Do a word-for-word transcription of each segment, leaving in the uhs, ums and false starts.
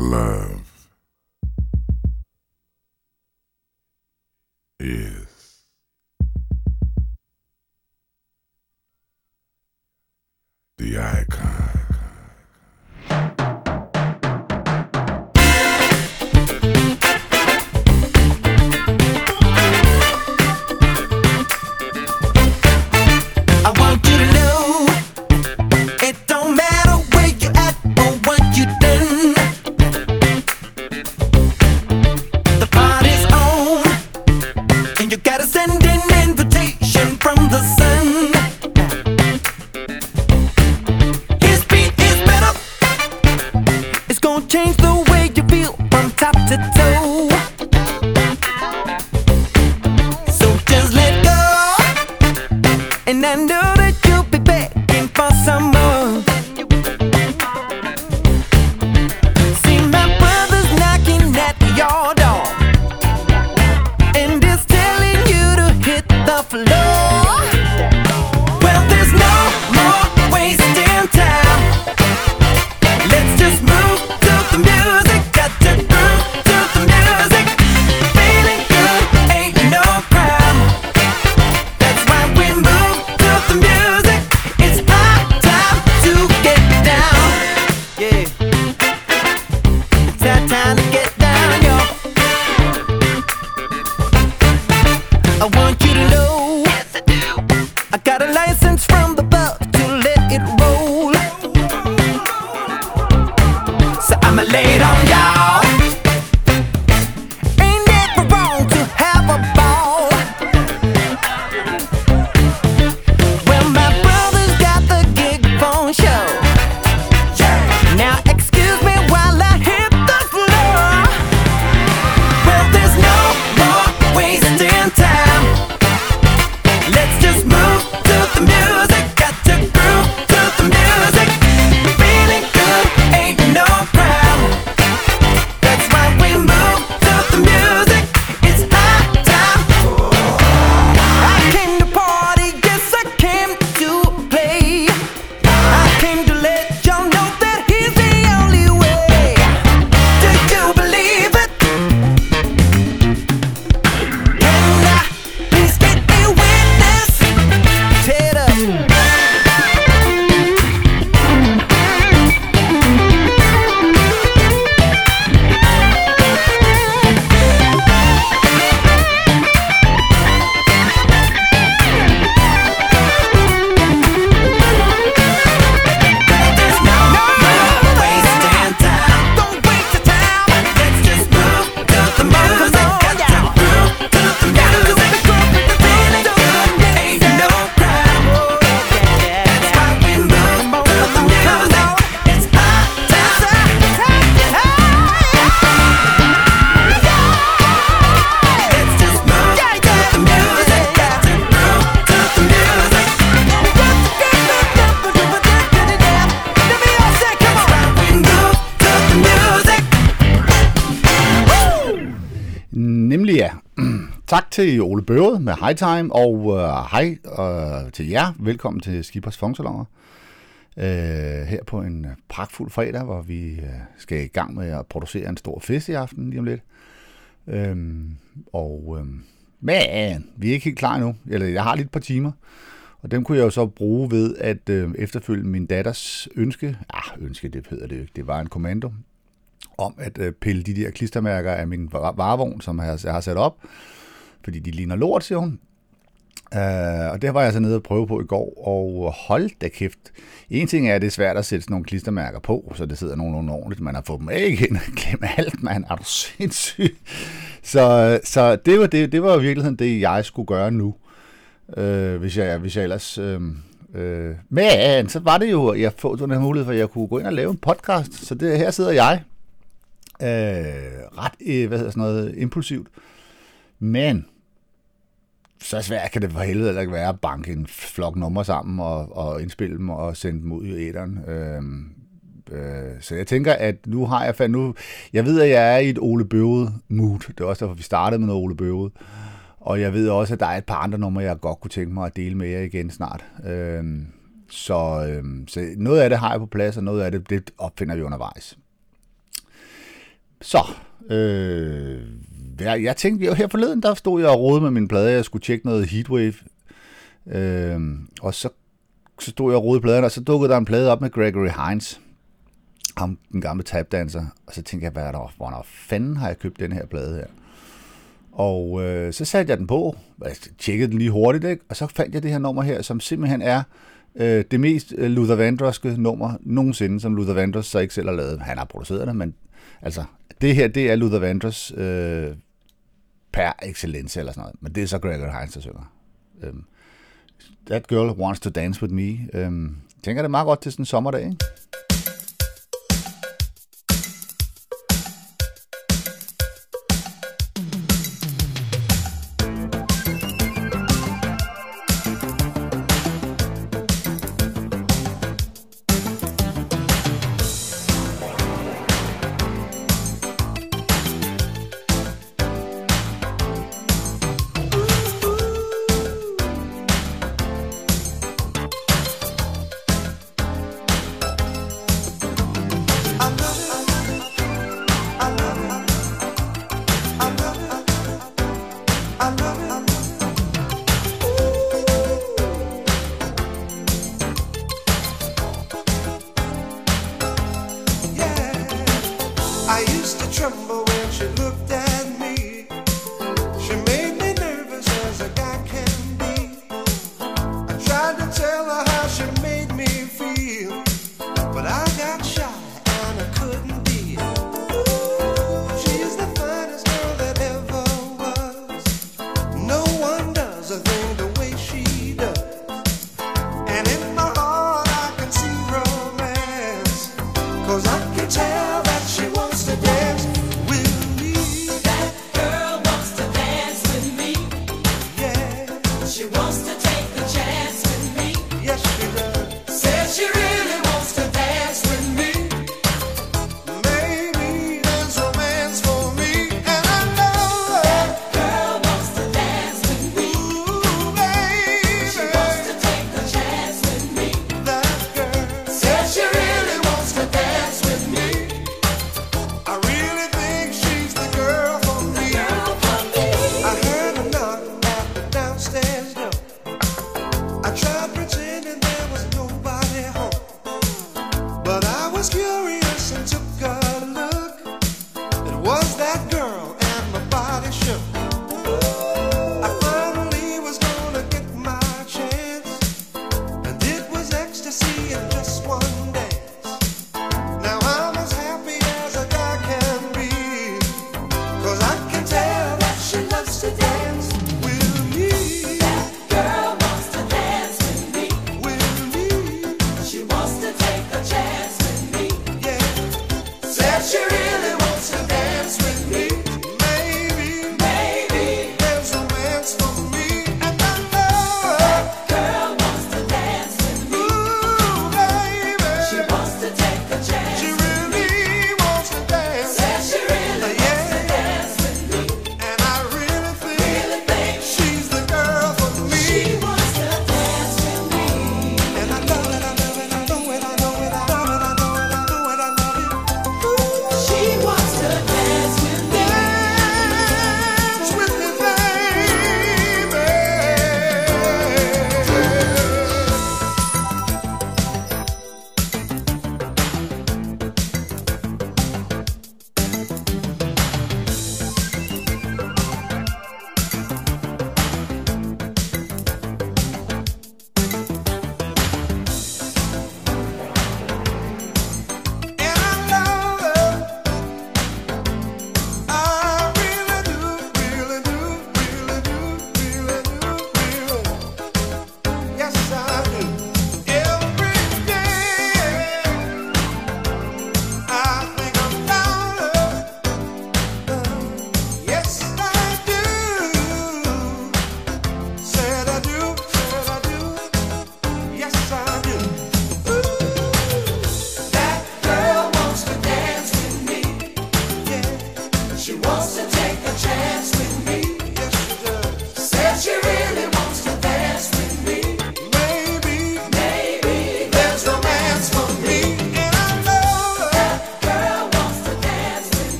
Love is the icon. Tak til Ole Børge med High Time, og øh, hej øh, til jer. Velkommen til Skippers Funksalonger. Øh, her på en pragtfuld fredag, hvor vi øh, skal i gang med at producere en stor fest i aften lige om lidt. Øh, og øh, men vi er ikke helt klar endnu. Eller jeg har lidt et par timer, og dem kunne jeg jo så bruge ved at øh, efterfølge min datters ønske. Ah, ønske, det hedder det ikke. Det var en kommando om at øh, pille de der klistermærker af min varevogn, som jeg, jeg har sat op. Fordi de ligner lort, siger hun. Uh, og det var jeg så nede og prøve på i går, og hold da kæft. En ting er, at det er svært at sætte sådan nogle klistermærker på, så det sidder nogenlunde ordentligt. Man har fået dem af igen, glem alt, man er du sindssyg. Så, så det, var, det, det var i virkeligheden det, jeg skulle gøre nu, uh, hvis, jeg, hvis jeg ellers... Uh, uh, men så var det jo, at jeg fik den her mulighed for, at jeg kunne gå ind og lave en podcast. Så det, her sidder jeg, uh, ret uh, hvad hedder sådan noget, impulsivt. Men så svært kan det for helvede eller ikke være at banke en flok numre sammen og, og indspille dem og sende dem ud i æteren. Øhm, øh, så jeg tænker, at nu har jeg fandt nu... Jeg ved, at jeg er i et Ole Børge mood. Det er også derfor, vi startede med noget Ole Børge. Og jeg ved også, at der er et par andre numre, jeg godt kunne tænke mig at dele med jer igen snart. Øhm, så, øhm, så noget af det har jeg på plads, og noget af det, det opfinder vi undervejs. Så, øh, jeg, jeg tænkte jo her forleden, der stod jeg og rodede med min plade, jeg skulle tjekke noget Heatwave, øh, og så, så stod jeg og rodede pladerne, og så dukkede der en plade op med Gregory Hines, ham, den gamle tapdancer, og så tænkte jeg, hvad er der, hvor fanden har jeg købt den her plade her? Og øh, så satte jeg den på, og jeg tjekkede den lige hurtigt, ikke? Og så fandt jeg det her nummer her, som simpelthen er øh, det mest Luther Vandroske nummer nogensinde, som Luther Vandross så ikke selv har lavet. Han har produceret det, men altså, det her, det er Luther Vandross øh, per excellence eller sådan noget, men det er så Gregory Hines, der synger. Um, That Girl Wants to Dance With Me. Um, jeg tænker, det er meget godt til sådan en sommerdag, ikke?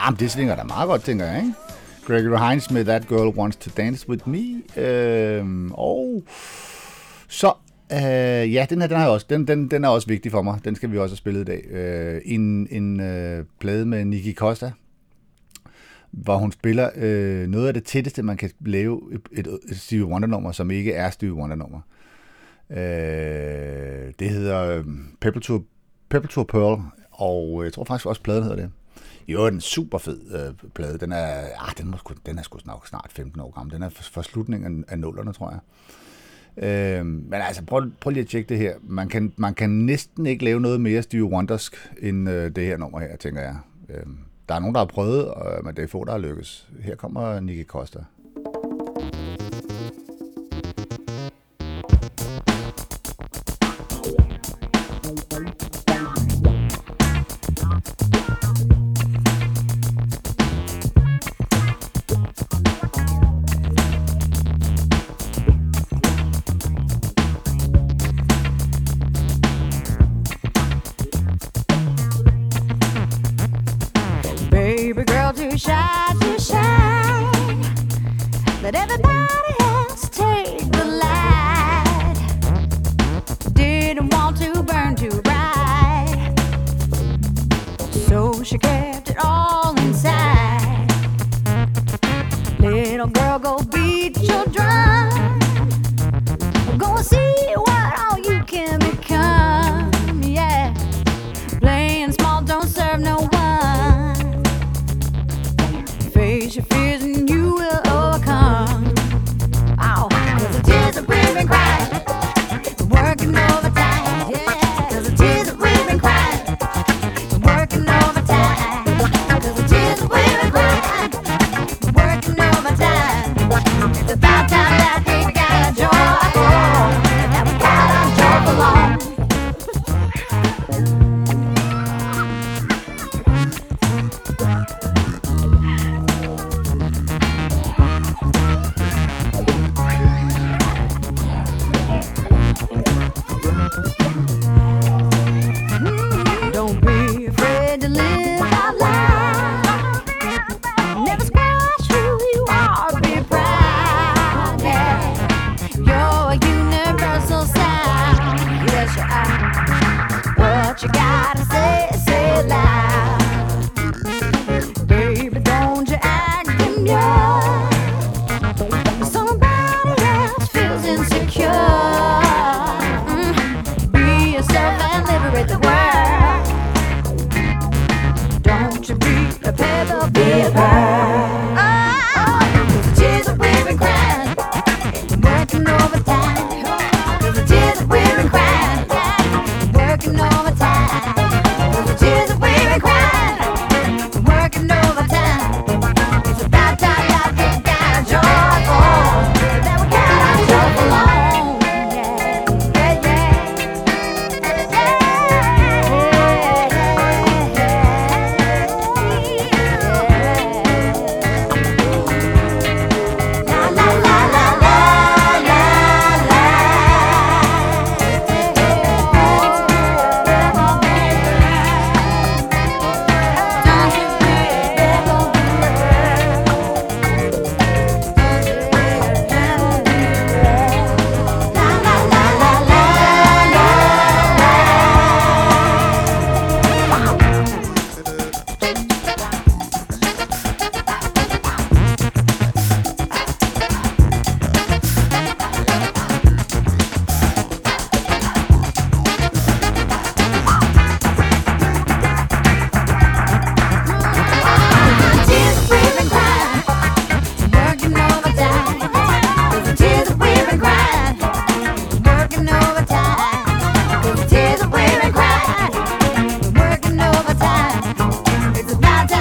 Ah, men det svinger da meget godt, tænker jeg, ikke? Gregory Hines med That Girl Wants to Dance With Me. Øhm, og så, øh, ja, den her, den er, også, den, den, den er også vigtig for mig. Den skal vi også have spillet i dag. Øh, en en øh, plade med Nikki Costa, hvor hun spiller øh, noget af det tætteste, man kan lave et, et Stevie Wonder-nummer, som ikke er Stevie Wonder-nummer. Øh, det hedder øh, Pebble to, Pebble to Pearl, og jeg tror faktisk også, pladen hedder det. Jo, den er en super fed øh, plade. Den er, ah, den, må, den er sgu snart, snart femten år gammel. Den er for, for slutningen af nullerne, tror jeg. Øh, men altså, prøv, prøv lige at tjekke det her. Man kan, man kan næsten ikke lave noget mere Stevie Wondersk end øh, det her nummer her, tænker jeg. Øh, der er nogen, der har prøvet, øh, men det er få, der har lykkes. Her kommer Nikki Costa. It's about time.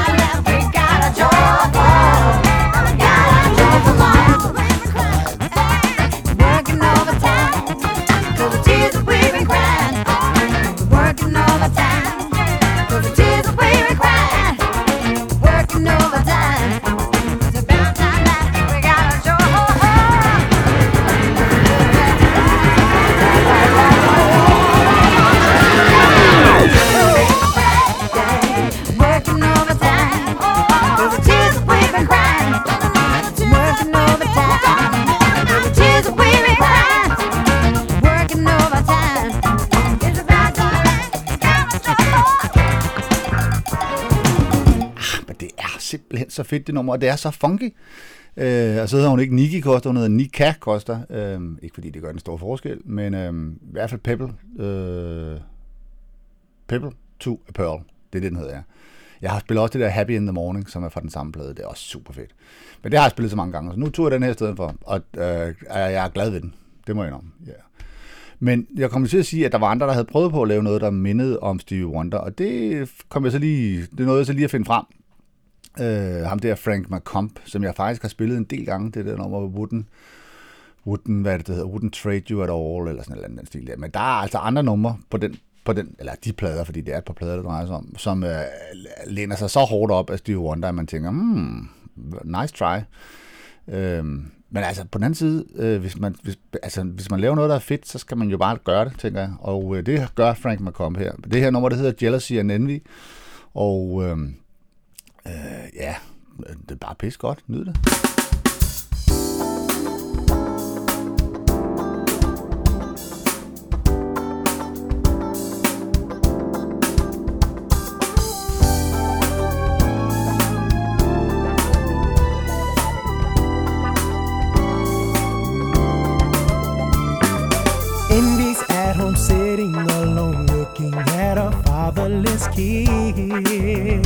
simpelthen så fedt, det nummer, og det er så funky. Øh, og så hedder hun ikke Nicki koster, hun hedder Nika koster. Øh, ikke fordi det gør en stor forskel, men øh, i hvert fald Pebble. Øh, Pebble to a Pearl, det er det, den hedder, ja. Jeg har spillet også det der Happy in the Morning, som er fra den samme plade. Det er også super fedt. Men det har jeg spillet så mange gange, så nu tog jeg den her i stedet for, og øh, jeg er glad ved den. Det må jeg indrømme. Yeah. Men jeg kom til at sige, at der var andre, der havde prøvet på at lave noget, der mindede om Stevie Wonder, og det kom jeg så lige, det nåede jeg så lige at finde frem. Øh, ham der Frank McComb, som jeg faktisk har spillet en del gange, det der nummer Wouldn't, Wouldn't, hvad det hedder, Wouldn't Trade You at All, eller sådan en eller anden stil der. Men der er altså andre numre på den, på den, eller de plader, fordi det er et par plader, der drejer sig om, som øh, læner sig så hårdt op af Stevie Wonder, at man tænker, hmm, nice try. Øh, men altså, på den anden side, øh, hvis, man, hvis, altså, hvis man laver noget, der er fedt, så skal man jo bare gøre det, tænker jeg. Og øh, det gør Frank McComb her. Det her nummer, det hedder Jealousy and Envy, og øh, øh, ja, det er bare pisse godt. Nyd det. Sitting alone looking at her fatherless kids,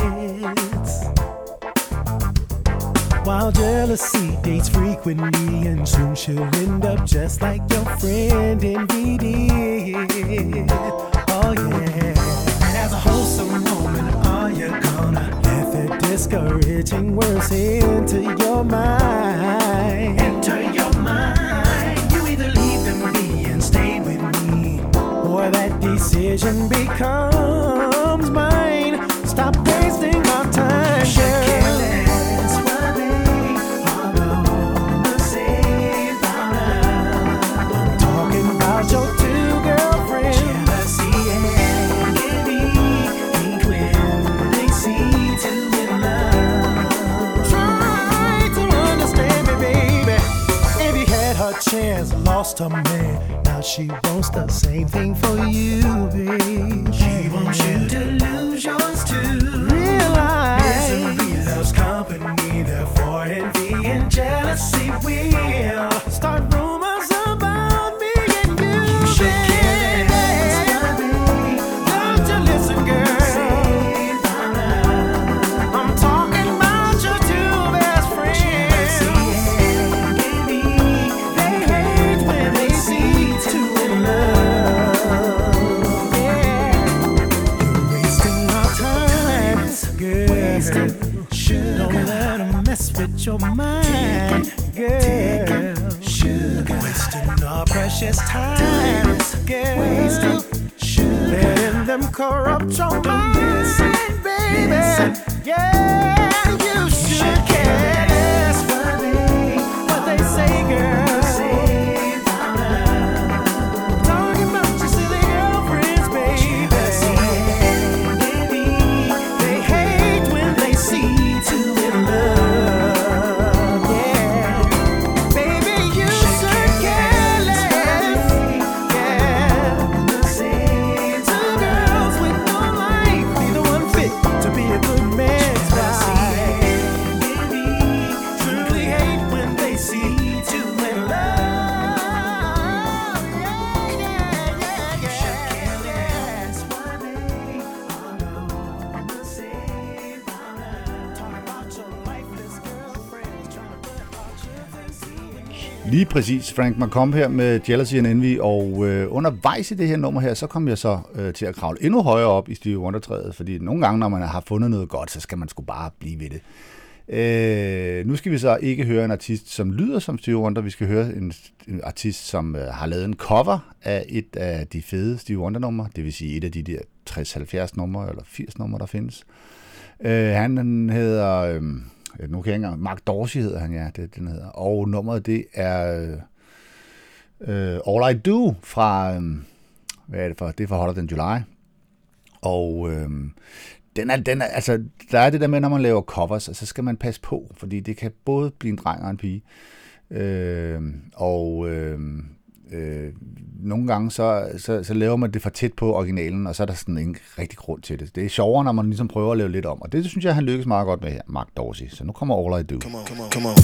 while jealousy dates frequently, and soon she'll end up just like your friend Envy did. Oh yeah. And as a wholesome woman, are you gonna let the discouraging words into your mind? Enter your mind. You either leave them be and stay with me, or that decision becomes mine. Stop wasting my time, girl. That's why they are on the same line. I'm talking about your two girlfriends. Jealousy and envy ain't when they see two in love. Try to understand me, baby. Envy had her chance, lost her man. She wants the same thing for you, babe. She wants you to lose yours too. Realize misery loves company, therefore envy and jealousy will start rumors about me and you. You should care less, baby. Don't you listen, girl? I'm talking about your two best friends. Jealousy and envy, they hate when they see two in love. Yeah, you're wasting our time, girl. Don't let them mess with your mind, girl. Wasting our precious time, girl. Letting them corrupt your mind, baby. Yeah, you should care less what they say, girl. Lige præcis, Frank McComb her med Jealousy and Envy, og øh, undervejs i det her nummer her, så kom jeg så øh, til at kravle endnu højere op i Stevie Wonder-træet, fordi nogle gange, når man har fundet noget godt, så skal man sgu bare blive ved det. Øh, nu skal vi så ikke høre en artist, som lyder som Stevie Wonder, vi skal høre en, en artist, som øh, har lavet en cover af et af de fede Stevie Wonder-numre, det vil sige et af de der tres halvfjerds numre, eller firs numre, der findes. Øh, han hedder... Øh, Nu kan jeg ikke engang. Mark Dorsey hedder han, ja, det den hedder. Og nummeret, det er uh, All I Do fra, um, hvad er det for? Det er fra Hotter Than July. Og um, den er, den er, altså, der er det der med, når man laver covers, så skal man passe på, fordi det kan både blive en dreng og en pige. Uh, og uh, øh, nogle gange, så, så, så laver man det for tæt på originalen, og så er der sådan en rigtig grund til det. Det er sjovere, når man ligesom prøver at lave lidt om, og det synes jeg, han lykkes meget godt med her, Mark Dorsey. Så nu kommer All I Do. Come on, come on, come on.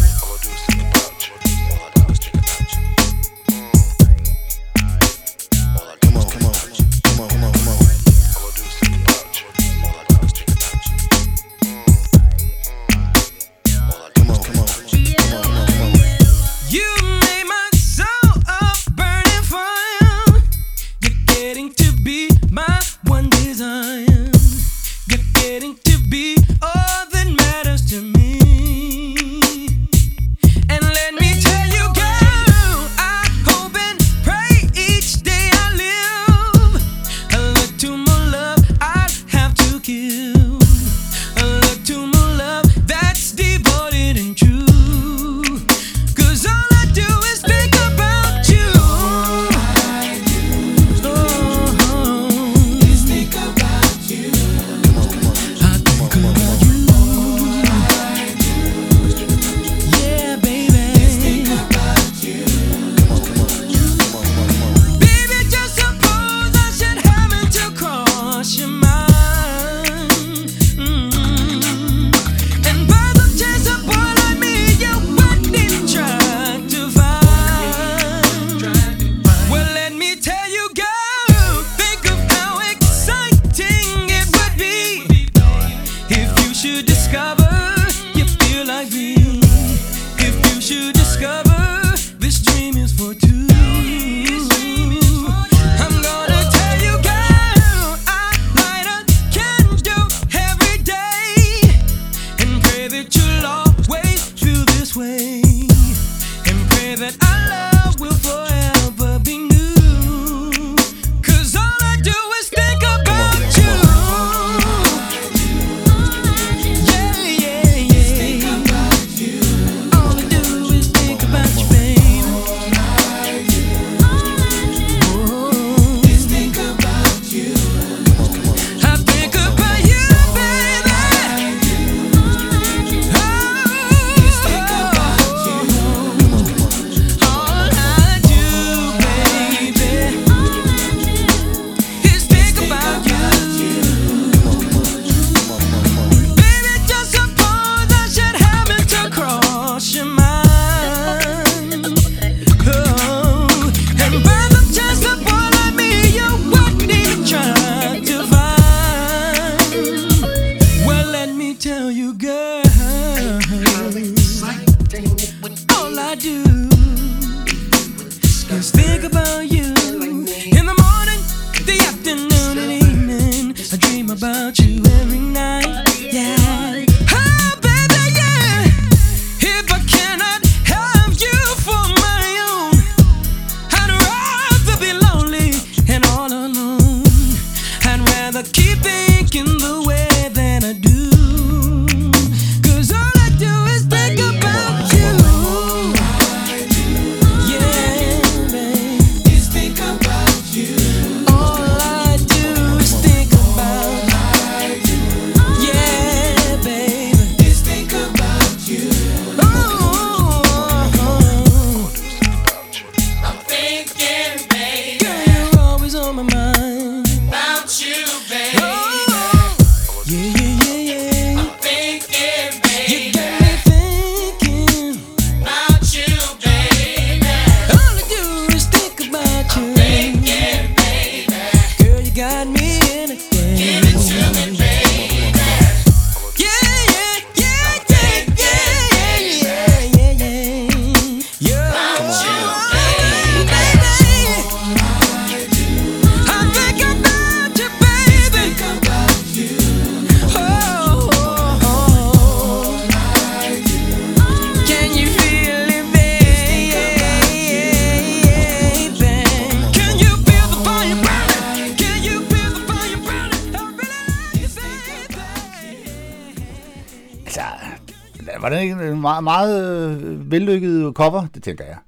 var det ikke en meget, meget vellykket cover? Det tænker jeg.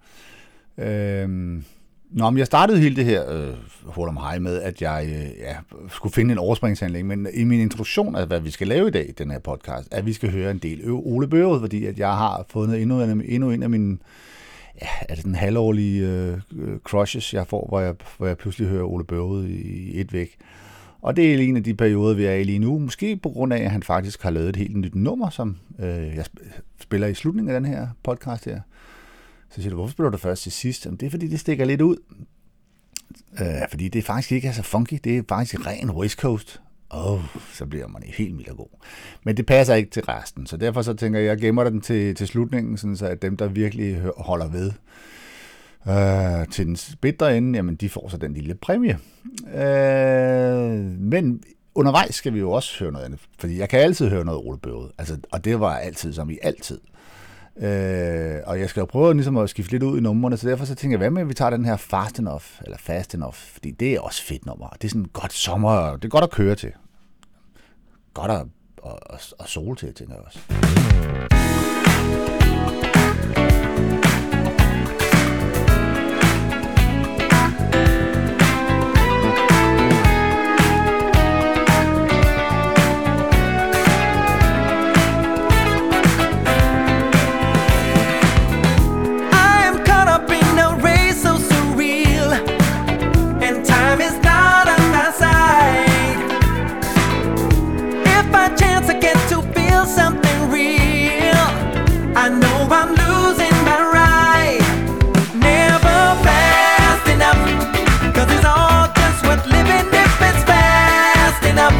Øhm, Nå, men jeg startede hele det her øh, hold om hej med, at jeg øh, ja, skulle finde en overspringshandling, men i min introduktion af, hvad vi skal lave i dag, den her podcast, at vi skal høre en del Ole Børud, fordi at jeg har fundet endnu en, endnu en af mine ja, er det den halvårlige øh, crushes, jeg får, hvor jeg, hvor jeg pludselig hører Ole Børge i, i et væk. Og det er en af de perioder, vi er i lige nu. Måske på grund af, at han faktisk har lavet et helt nyt nummer, som øh, jeg spiller i slutningen af den her podcast her. Så siger du, hvorfor spiller du først til sidst? Jamen, det er, fordi det stikker lidt ud. Øh, fordi det er faktisk ikke så funky. Det er faktisk ren West Coast. Åh, oh, så bliver man helt mild og god. Men det passer ikke til resten. Så derfor så tænker jeg, jeg gemmer den til, til slutningen, sådan så at dem, der virkelig holder ved øh, til den spidre ende, jamen de får så den lille præmie. Øh, men undervejs skal vi jo også høre noget andet. Fordi jeg kan altid høre noget Ole Børge. Altså, og det var altid, som i altid. Øh, og jeg skal jo prøve ligesom at skifte lidt ud i numrene, så derfor så tænker jeg, hvad med, at vi tager den her Fast Enough, eller Fast Enough, fordi det er også fedt nummer. Det er sådan godt sommer, det er godt at køre til. Godt at, at, at, at sole til, tænker jeg også. Something real, I know I'm losing my ride. Never fast enough, cause it's all just worth living if it's fast enough.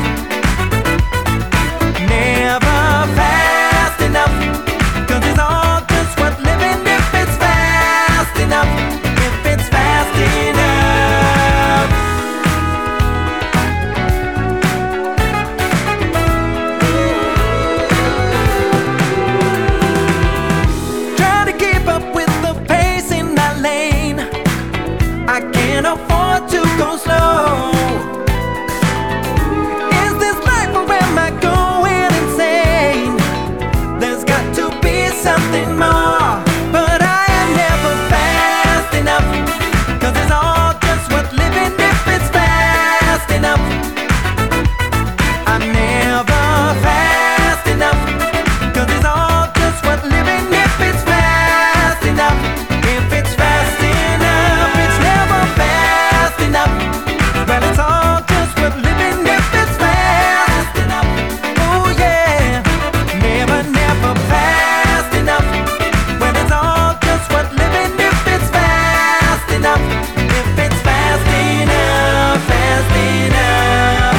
Never fast enough, cause it's all just worth living if it's fast enough. If it's fast enough. Afford to go slow. Is this life or am I going insane? There's got to be something more, but I am never fast enough, cause it's all just worth living if it's fast enough. I'm never fast enough, cause it's all just worth living if it's fast enough. If it's fast enough, it's never fast enough. Well, it's all just worth living if it's fast enough. Oh yeah, never, never fast enough. Well, it's all just worth living if it's fast enough. If it's fast enough, fast enough.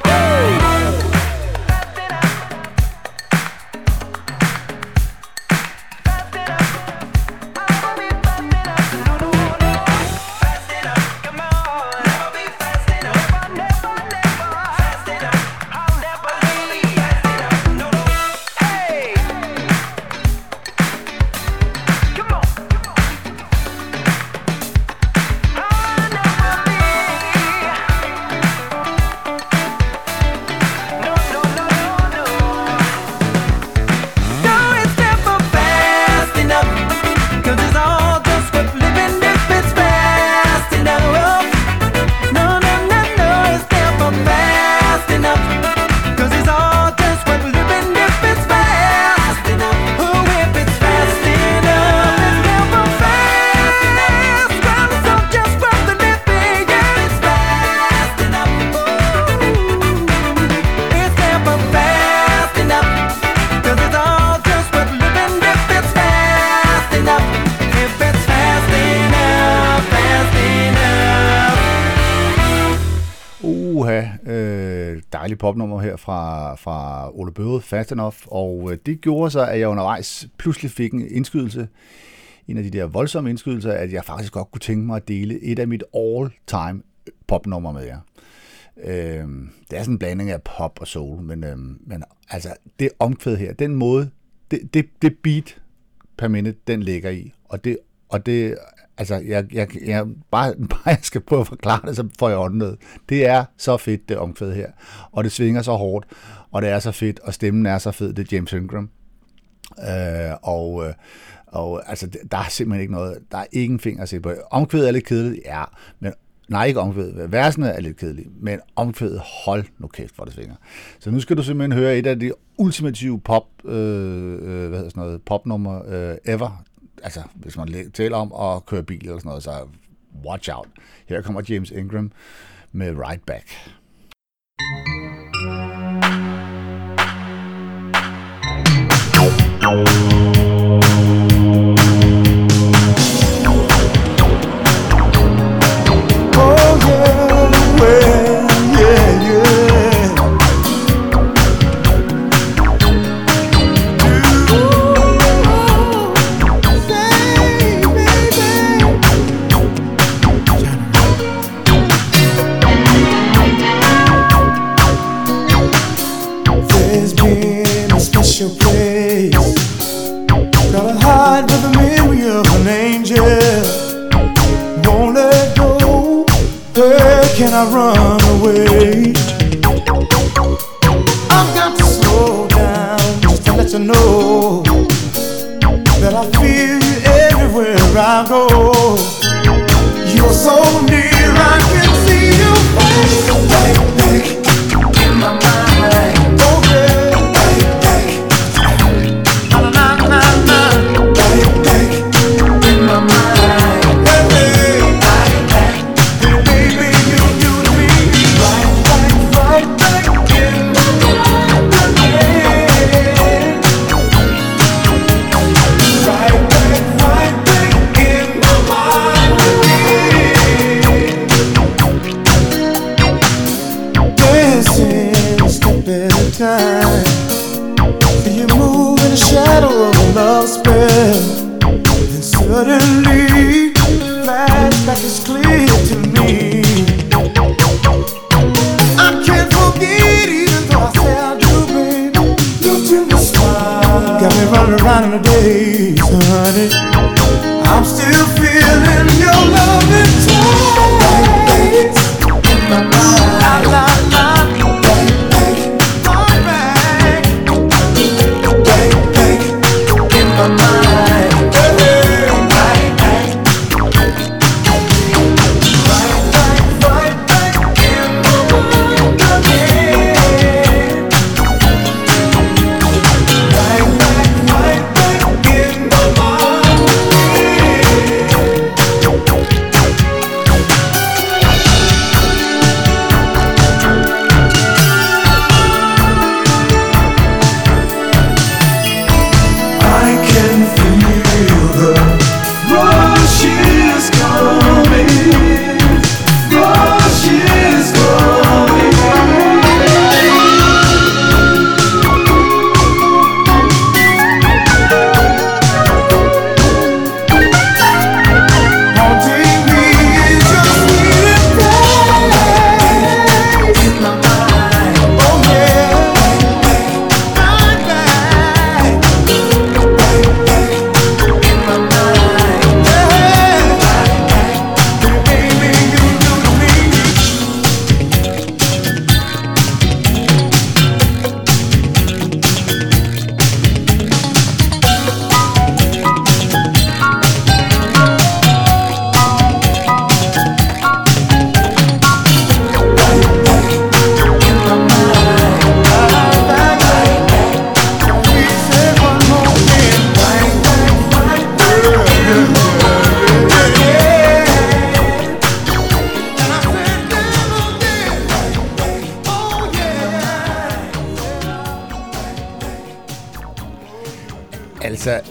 Dejlig popnummer her fra, fra Ole Børge, Fast Enough, og det gjorde så, at jeg undervejs pludselig fik en indskydelse, en af de der voldsomme indskydelser, at jeg faktisk godt kunne tænke mig at dele et af mit all-time popnummer med jer. Øhm, det er sådan en blanding af pop og soul, men, øhm, men altså det omkvæd her, den måde, det, det, det beat per minute, den ligger i, og det, og det altså, jeg, jeg, jeg, bare, bare jeg skal prøve at forklare det, så får jeg åndet. Det er så fedt, det omkvæd her. Og det svinger så hårdt, og det er så fedt, og stemmen er så fed, det er James Ingram. Øh, og, og altså, der er simpelthen ikke noget, der er ingen finger at se på. Omkvædet er lidt kedeligt, ja, men nej, ikke omkvædet. Versene er lidt kedelige, men omkvædet, hold nu kæft, hvor det svinger. Så nu skal du simpelthen høre et af de ultimative pop, øh, hvad hedder sådan noget, popnummer øh, ever, altså, hvis man taler om at køre bil eller sådan noget, så watch out. Her kommer James Ingram med Right Back. Can I run away? I've got to slow down just to let you know that I feel you everywhere I go. You're so near, I can see you face. Back, back in my mind. Oh yeah, back, back. Na na na na. Back, back in my mind. Time. See you move in the shadow of a love spell, and suddenly flashback is clear to me. I can't forget even though I say I do, baby. You took my smile, got me running around in the days, honey. I'm still feeling your love and touch in my mind. La, la, la. Altså,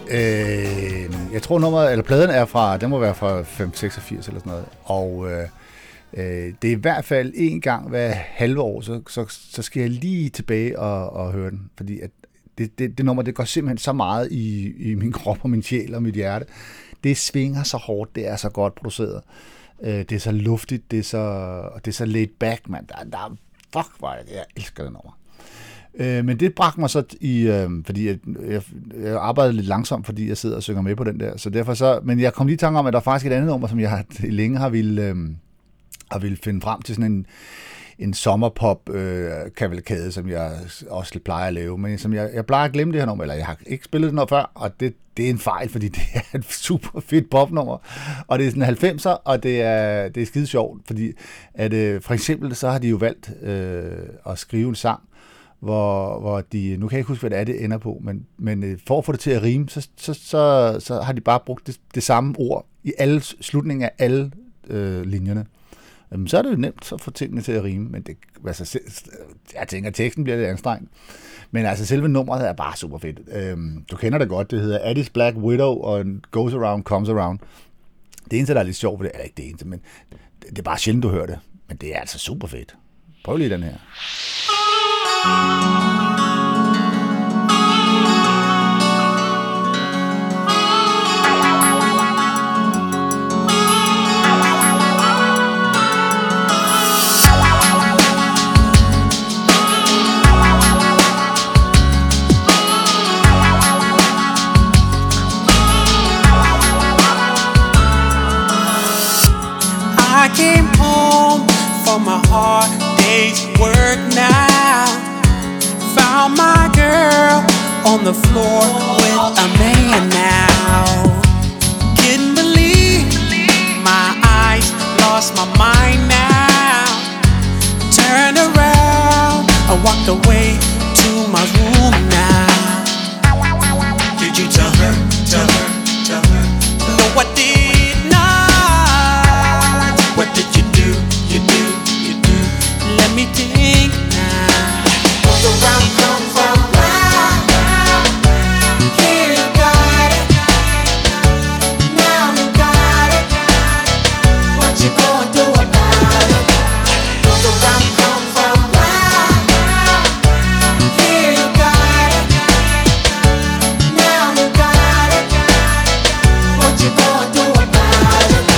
øh, jeg tror nummeret, eller pladen er fra, den må være fra fem seksogfirs eller sådan noget, og øh, øh, det er i hvert fald en gang hver halve år, så, så, så skal jeg lige tilbage og, og høre den, fordi at det, det, det nummer, det går simpelthen så meget i, i min krop og min sjæl og mit hjerte. Det svinger så hårdt, det er så godt produceret, øh, det er så luftigt, det er så, det er så laid back, man. Der, der, fuck, hvor jeg, jeg elsker det nummer. Men det bragte mig så i, øh, fordi jeg, jeg, jeg arbejdede lidt langsomt, fordi jeg sidder og synger med på den der, så derfor så, men jeg kom lige i tanke om, at der er faktisk et andet nummer, som jeg har, længe har ville, øh, har ville finde frem til sådan en, en sommerpop øh, kavalkade, som jeg også plejer at lave, men som jeg, jeg plejer at glemme det her nummer, eller jeg har ikke spillet det noget før, og det, det er en fejl, fordi det er et super fedt popnummer, og det er sådan halvfemser, og det er, det er skide sjovt, fordi at, øh, for eksempel så har de jo valgt øh, at skrive en sang, hvor, hvor de, nu kan jeg ikke huske, hvad det er, det ender på, men, men for at få det til at rime, så, så, så, så har de bare brugt det, det samme ord i alle slutningen af alle øh, linjerne. Jamen, så er det jo nemt at få tingene til at rime, men det, altså, jeg tænker, at teksten bliver lidt anstrengt. Men altså, selve nummeret er bare super fedt. Øhm, du kender det godt, det hedder Addis Black Widow og Goes Around, Comes Around. Det eneste, der er lidt sjovt, det er ikke det eneste, men det, det er bare sjældent, du hører det. Men det er altså super fedt. Prøv lige den her. I came home from a hard day's work now. Found my girl on the floor with a man now. Couldn't believe my eyes, lost my mind now. Turned around, I walked away to my room now. Did you tell her, tell her, tell her? No, I did not. What did you do, you do, you do? Let me think now. Goes around, comes around. Here you got it. Now you got it. What you gonna do about it? Goes around, comes around. Here you got it. Now you got it. What you gonna do about it?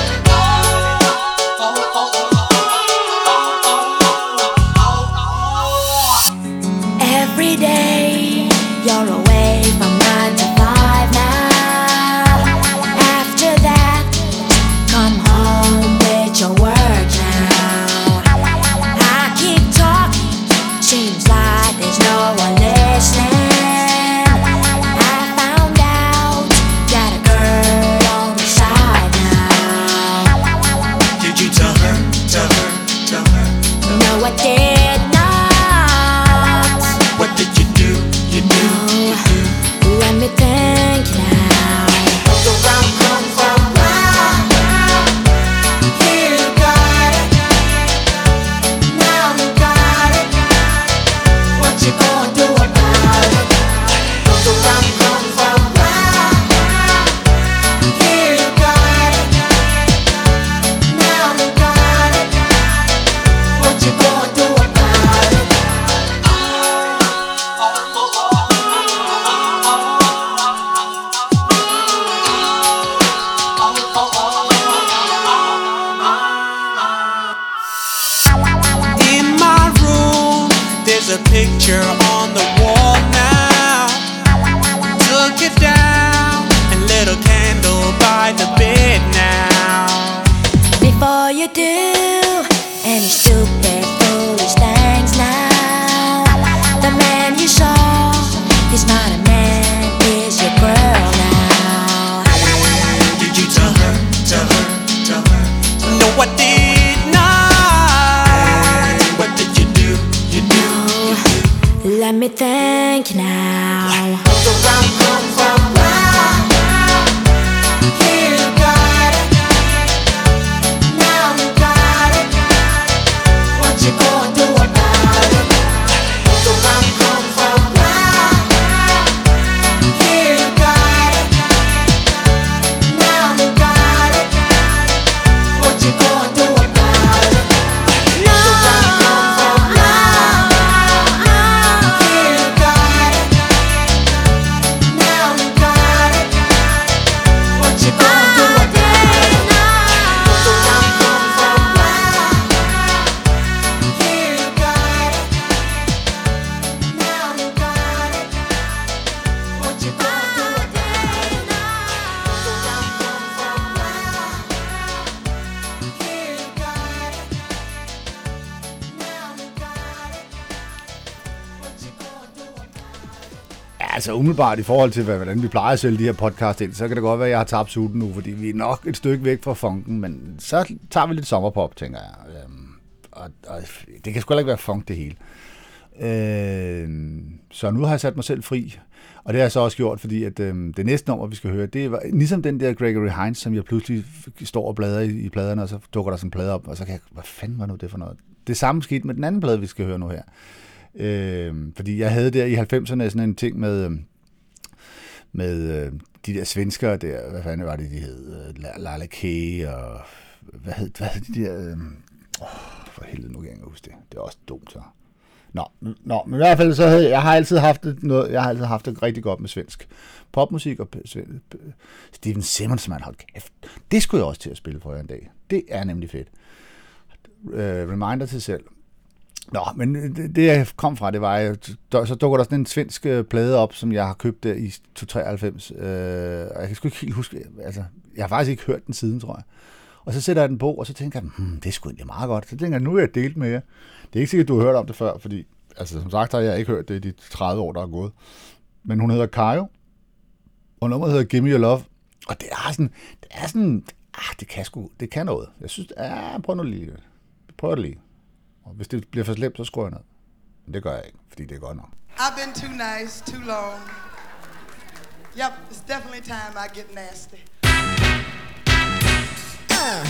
Every day you're away from nine to five now. After that, come home with your work now. I keep talking, seems like there's no one listening. I found out, got a girl on the side now. Did you tell her, tell her, tell her? No, I did not. What did you do, you do, you do? Let me think now. Goes around, comes around. Here you got it. Now you got it. What you gonna do about it? Goes around, comes around. Here you got it. Now you got it. What you gonna do about it? In my room, there's a picture on the wall now. Took it down and lit a candle by the bed now. Before you do any stupid, foolish things now, the man you saw is not a man, is your girl now. Did you tell her, tell her, tell her? No, I did not. What did you do, you do, you do? Let me think now. Goes around, comes around. Here you got it. Now you got it. What you gonna do about it? Goes around, comes around. Here you got it. Now you got it. What you gonna do about it? Goes around, comes around. Here you got it. Now you got it. What you gonna do about it? Goes around, comes around. Here you got it. Now you got it. What you gonna do about it? Goes around, comes around. Here you got it. Now you got it. What you gonna do about it? Ja, altså umiddelbart i forhold til, hvordan vi plejer at sælge de her podcast ind, så kan det godt være, at jeg har tabt sutten nu, fordi vi er nok et stykke væk fra funken, men så tager vi lidt sommerpop, tænker jeg. Øhm, og, og det kan sgu heller ikke være funk, det hele. Øh, så nu har jeg sat mig selv fri, og det har jeg så også gjort, fordi at, øh, det næste nummer, vi skal høre, det var ligesom den der Gregory Hines, som jeg pludselig står og bladrer i, i pladerne, og så dukker der sådan en plade op, og så kan jeg, hvad fanden var nu det for noget? Det samme skete med den anden plade, vi skal høre nu her. Øh, fordi jeg havde der i halvfemserne sådan en ting med, med øh, de der svenskere der, hvad fanden var det, de hed? Lala K, og hvad hed, hvad hed de der... Øh, åh, for helvede, nu kan jeg ikke huske det. Det er også dumt, så. Nå, nå, men i hvert fald så havde jeg har altid haft det noget, jeg har altid haft det rigtig godt med svensk popmusik og Steven Simmons, man, hold kæft. Det skulle jeg også til at spille for en dag. Det er nemlig fedt. Uh, reminder til selv. Nå, men det, det jeg kom fra, det var, at så dukker der sådan en svensk plade op, som jeg har købt der i treoghalvfems. Uh, og jeg kan sgu ikke helt huske, altså, jeg har faktisk ikke hørt den siden, tror jeg. Og så sætter jeg den på, og så tænker jeg, hmm, det er sgu egentlig meget godt. Så tænker jeg, nu er jeg delt med jer. Det er ikke sikkert, du har hørt om det før, fordi, altså som sagt har jeg ikke hørt det i de tredive år, der er gået. Men hun hedder Kajo, og nummeret hedder Gimme Your Love. Og det er sådan, det er sådan, ah, det kan sgu, det kan noget. Jeg synes, ja, prøv nu lige. Prøv det lige. Og hvis det bliver for slemt, så skruer jeg ned. Men det gør jeg ikke, fordi det er godt nok. I've been too nice, too long. Yep, it's definitely time I get nasty. Uh.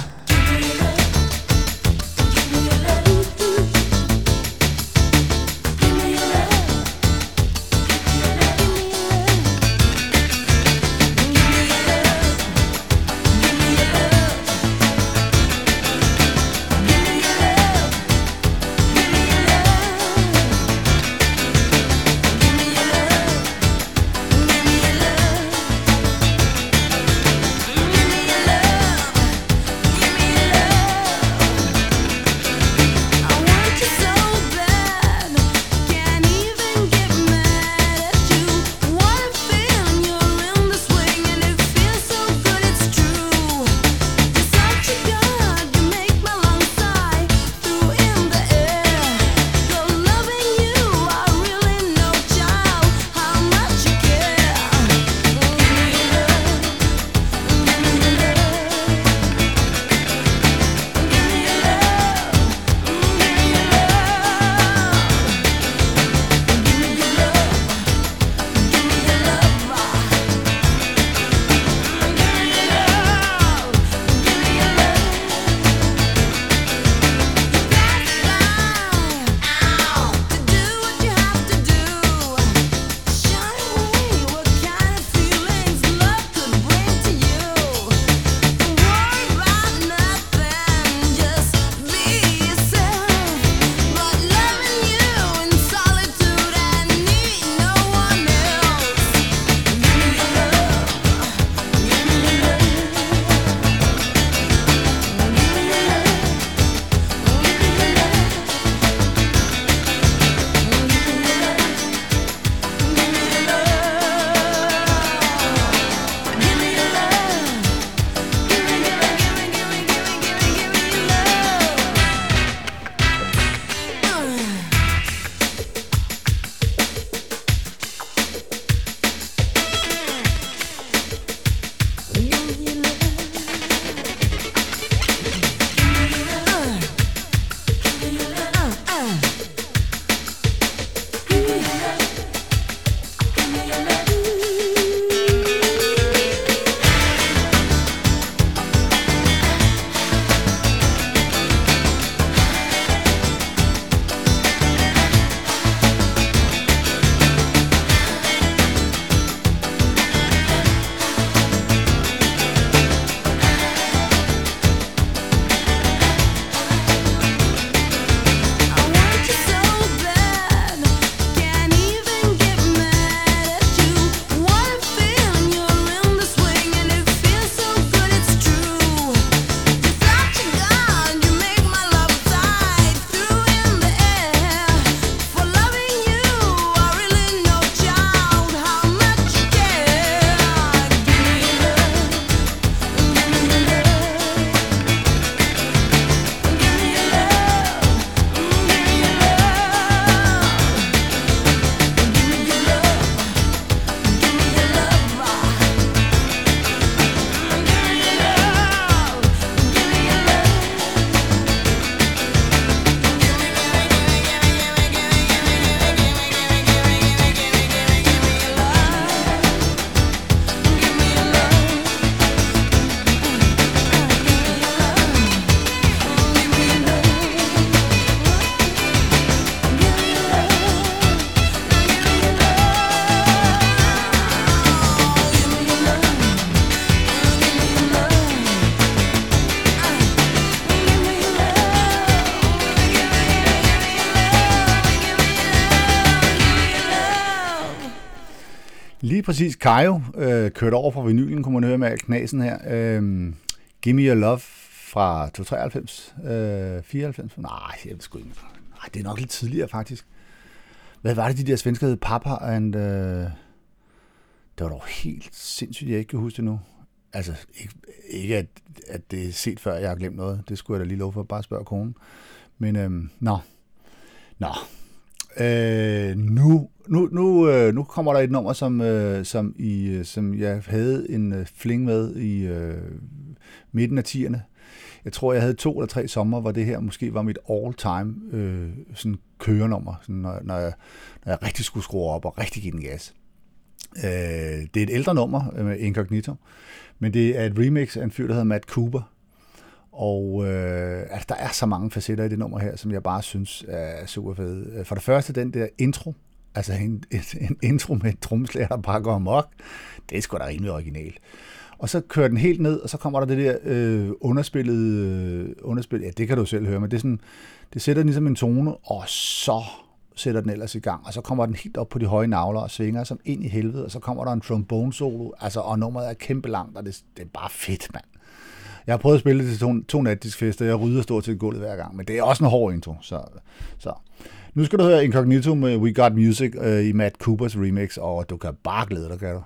Lige præcis. Kajo øh, kørte over fra vinylen, kunne man høre med al knasen her. Øh, Give Me Your Love fra to treoghalvfems, øh, fireoghalvfems. Nej, jeg ved sgu ikke. Nej, det er nok lidt tidligere faktisk. Hvad var det, de der svensker hed? Papa and... Øh, det var dog helt sindssygt, jeg ikke kan huske det nu. Altså, ikke, ikke at, at det er set før, jeg har glemt noget. Det skulle jeg da lige love for, bare spørge konen. Men, øh, nå. Nå. Øh, nu, nu, nu, øh, nu kommer der et nummer, som, øh, som, i, øh, som jeg havde en øh, fling med i øh, midten af tierne. Jeg tror, jeg havde to eller tre sommer, hvor det her måske var mit all-time øh, sådan kørenummer, sådan, når, når, jeg, når jeg rigtig skulle skrue op og rigtig give den gas. Øh, det er et ældre nummer med Incognito, men det er et remix af en fyr, der hedder Matt Cooper. Og øh, altså, der er så mange facetter i det nummer her, som jeg bare synes er super fede. For det første, den der intro, altså en, en intro med et trommeslager, der bare går amok, det er sgu da rimelig originalt. Og så kører den helt ned, og så kommer der det der øh, underspillede, øh, underspil, ja, det kan du selv høre, men det, er sådan, det sætter ligesom en tone, og så sætter den ellers i gang, og så kommer den helt op på de høje navler og svinger som ind i helvede, og så kommer der en trombone solo, altså, og nummeret er kæmpe langt, og det, det er bare fedt, mand. Jeg har prøvet at spille det til to, to natdiskfester, jeg rydder stort til gulvet hver gang, men det er også en hård intro, så, så. Nu skal du høre Incognito med We Got Music øh, i Matt Coopers remix, og du kan bare glæde dig, kan du?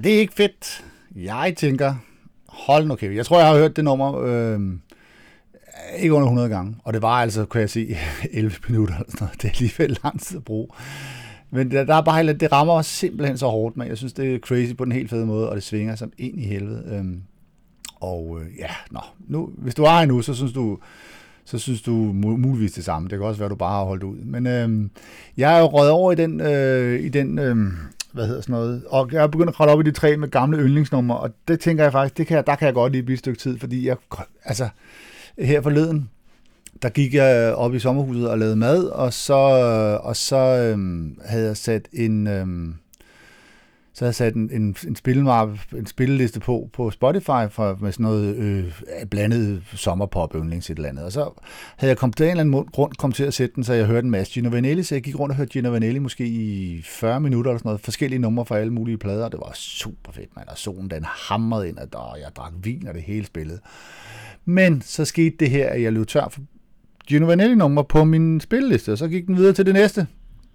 det er ikke fedt. Jeg tænker, hold nu kæft. Jeg tror, jeg har hørt det nummer øh, ikke under hundrede gange. Og det var altså, kan jeg sige, elleve minutter eller sådan noget. Det er alligevel lang tid at bruge. Men der, der er bare helt, det rammer os simpelthen så hårdt, men jeg synes, det er crazy på den helt fede måde, og det svinger som ind i helvede. Øhm, og øh, ja, nå, nu, hvis du er her nu, så synes du, så synes du muligvis det samme. Det kan også være, at du bare har holdt ud. Men øh, jeg er jo røget over i den, øh, i den øh, hvad hedder sådan noget, og jeg er begyndt at kravle op i de tre med gamle yndlingsnumre, og det tænker jeg faktisk, det kan jeg, der kan jeg godt lige blive et stykke tid, fordi jeg, altså, her forleden, der gik jeg op i sommerhuset og lavede mad, og så, og så øhm, havde jeg sat en, øhm, så havde jeg sat en, en, en, spilmappe, en spilleliste på på Spotify for, med sådan noget øh, blandet sommerpop yndlings et eller andet. Og så havde jeg kommet til en eller anden grund kom til at sætte den, så jeg hørte en masse Gino Vanelli, så jeg gik rundt og hørte Gino Vanelli måske i fyrre minutter eller sådan noget, forskellige numre fra alle mulige plader, og det var super fedt, man. Og solen den hamrede ind, og jeg drak vin, og det hele spillede. Men så skete det her, at jeg løb tør for Gino Vanelli-nummer på min spilleliste, og så gik den videre til det næste.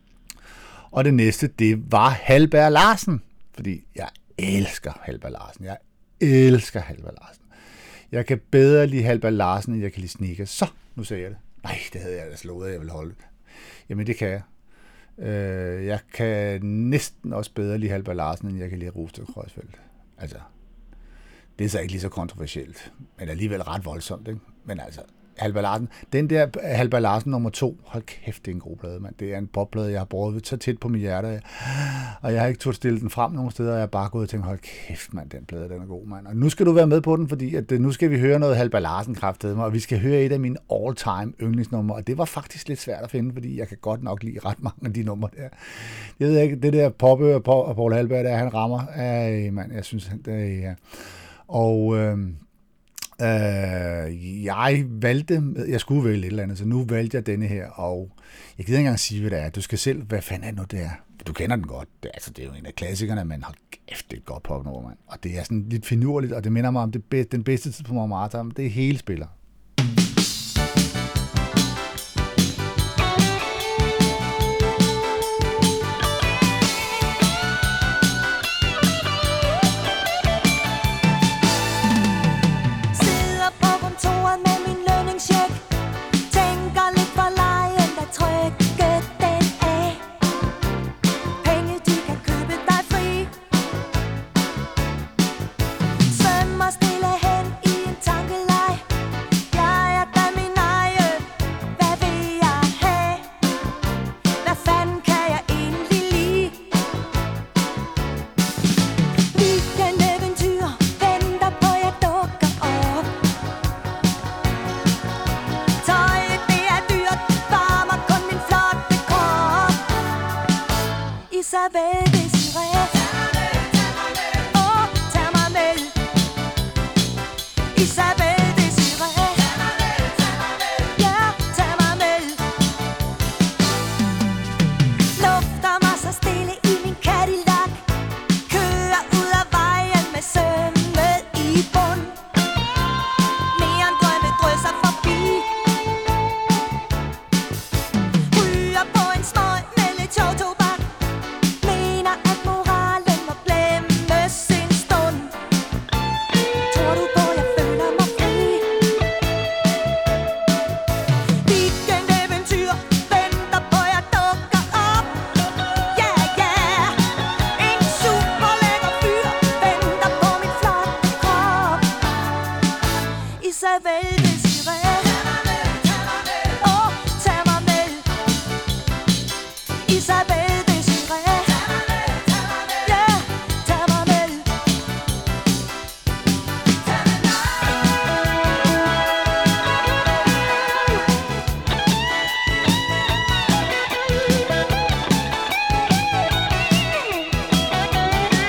Og det næste, det var Halberg Larsen, fordi jeg elsker Halberg Larsen. Jeg elsker Halberg Larsen. Jeg kan bedre lide Halberg Larsen, end jeg kan lide Snickers. Så, nu sagde jeg det. Nej, det havde jeg da slået, at jeg ville holde. Jamen, det kan jeg. Øh, jeg kan næsten også bedre lide Halberg Larsen, end jeg kan lide Rosted Kreuzfeldt. Altså, det er så ikke lige så kontroversielt, men alligevel ret voldsomt, ikke? Men altså, Halberg Larsen. Den der Halberg Larsen nummer to, hold kæft, det er en god plade, mand. Det er en popplade, jeg har båret så tæt på mit hjerte, og jeg har ikke turde stille den frem nogen steder, og jeg har bare gået og tænkt, hold kæft, mand, den plade, den er god, mand. Og nu skal du være med på den, fordi at, nu skal vi høre noget Halberg Larsen kraftedeme, og vi skal høre et af mine all-time yndlingsnumre, og det var faktisk lidt svært at finde, fordi jeg kan godt nok lide ret mange af de numre der. Jeg ved ikke, det der Poppe og Poul Halberg, der han rammer, ej, mand, jeg synes, det er, ja. Og øh, Øh, jeg valgte, jeg skulle vælge et eller andet, så nu valgte jeg denne her, og jeg gider ikke engang sige, hvad det er. Du skal selv, hvad fanden er det nu, det er? Du kender den godt. Det, altså, det er jo en af klassikerne, men hold kæft, det er et godt popnummer, mand. Og det er sådan lidt finurligt, og det minder mig om det bedste, den bedste tid på Montmartre, det er hele spiller.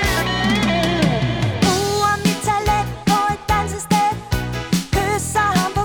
Bruger mit talent på et dansested, kysser ham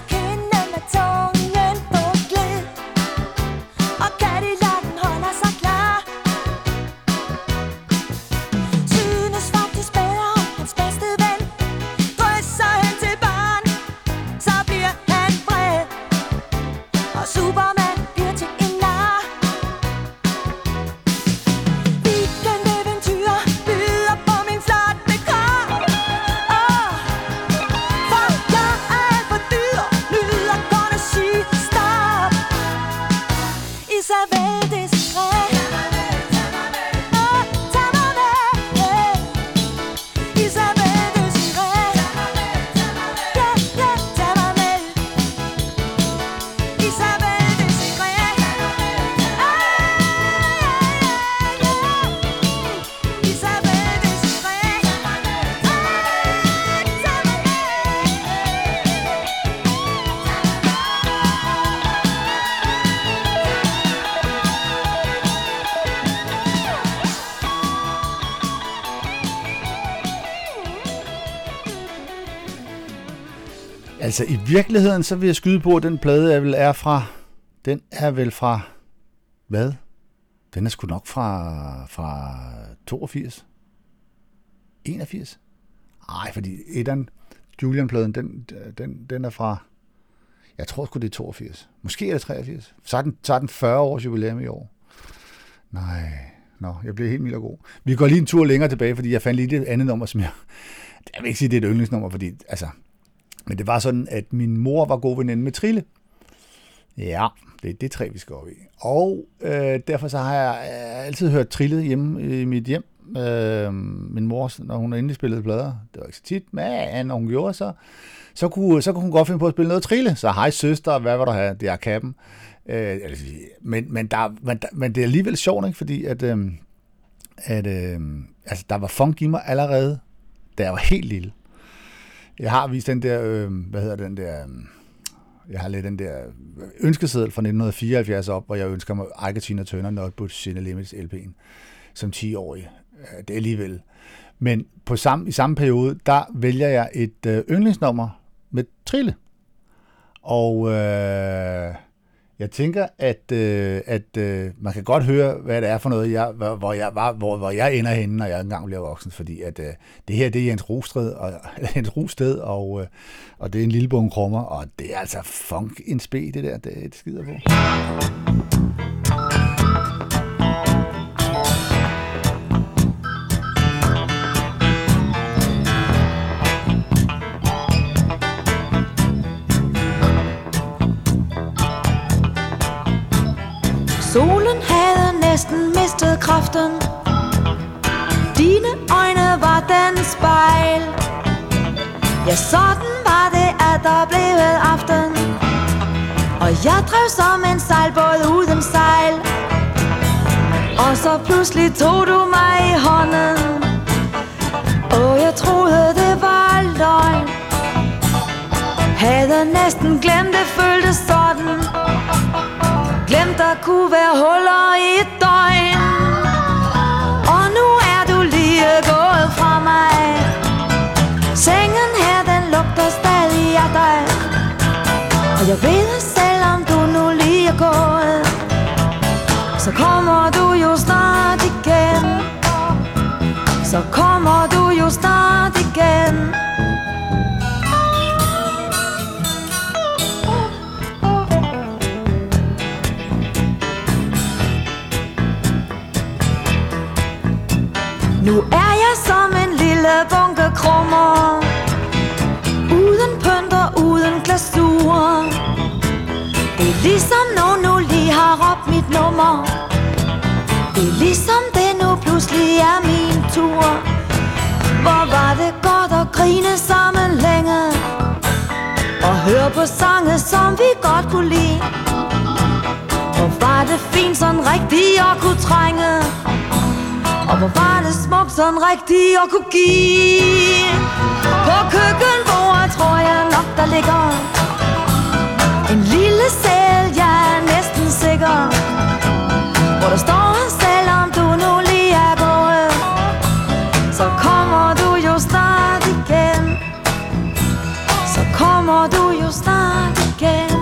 Altså i virkeligheden, så vil jeg skyde på, at den plade er vel er fra, den er vel fra, hvad? Den er sgu nok fra, fra toogfirs? enogfirs? Nej, fordi etteren, Julian-pladen, den, den, den er fra, jeg tror sgu det er toogfirs. Måske er det treogfirs. Så er den, så er den fyrre års jubilæum i år. Nej, nå, jeg bliver helt mild og god. Vi går lige en tur længere tilbage, fordi jeg fandt lige et andet nummer, som jeg, jeg vil ikke sige, det er et yndlingsnummer, fordi, altså, men det var sådan, at min mor var god veninde med Trille. Ja, det er det træ, vi skal op i. Og øh, derfor så har jeg altid hørt Trille hjemme i mit hjem. Øh, min mor, når hun endelig spillede plader, det var ikke så tit, men når hun gjorde, så, så, kunne, så kunne hun godt finde på at spille noget Trille. Så hej søster, hvad vil du have? Det er kappen. Øh, men, men, der, men, der, men det er alligevel sjovt, ikke? Fordi at, øh, at øh, altså, der var funk i mig allerede, da jeg var helt lille. Jeg har vist den der, øh, hvad hedder den der, øh, jeg har lidt den der ønskeseddel fra nitten fireoghalvfjerds op, hvor jeg ønsker mig Ike Tina Turner, Not But Sin Limits L P'en, som ti-årig. Det er alligevel. Men på samme, i samme periode, der vælger jeg et øh, yndlingsnummer med Trille. Og øh, jeg tænker, at, øh, at øh, man kan godt høre, hvad det er for noget, jeg, hvor, jeg, hvor, hvor jeg ender henne, når jeg engang bliver voksen. Fordi at, øh, det her, det er Jens Rosted, og, Jens Rosted, og, øh, og det er en lille bunke krummer, og det er altså funk in spe, det der, det, det skider på. Solen havde næsten mistet kraften. Dine øjne var den spejl. Ja, sådan var det, at der blev aften. Og jeg drev som en sejlbåd uden sejl. Og så pludselig tog du mig i hånden. Og jeg troede, det var løgn. Havde næsten glemt, det føltes sådan. Glemt, der kunne være huller i et døgn. Og nu er du lige gået fra mig. Sengen her, den lugter stadig af dig. Og jeg ved, selvom du nu lige er gået, så kommer du jo snart igen. Så kommer du jo snart igen. Nu er jeg som en lille bunke krummer, uden pynt og uden glasur. Det er ligesom nogen nu lige har råbt mit nummer. Det er ligesom det nu pludselig er min tur. Hvor var det godt at grine sammen længe, og høre på sange, som vi godt kunne lide. Hvor var det fint sådan rigtigt at kunne trænge, og hvor var det smukt sådan rigtigt at kunne give. På køkkenbordet tror jeg nok der ligger en lille sæl, jeg er næsten sikker, hvor der står, selvom du nu lige er gået, så kommer du jo snart igen. Så kommer du jo snart igen.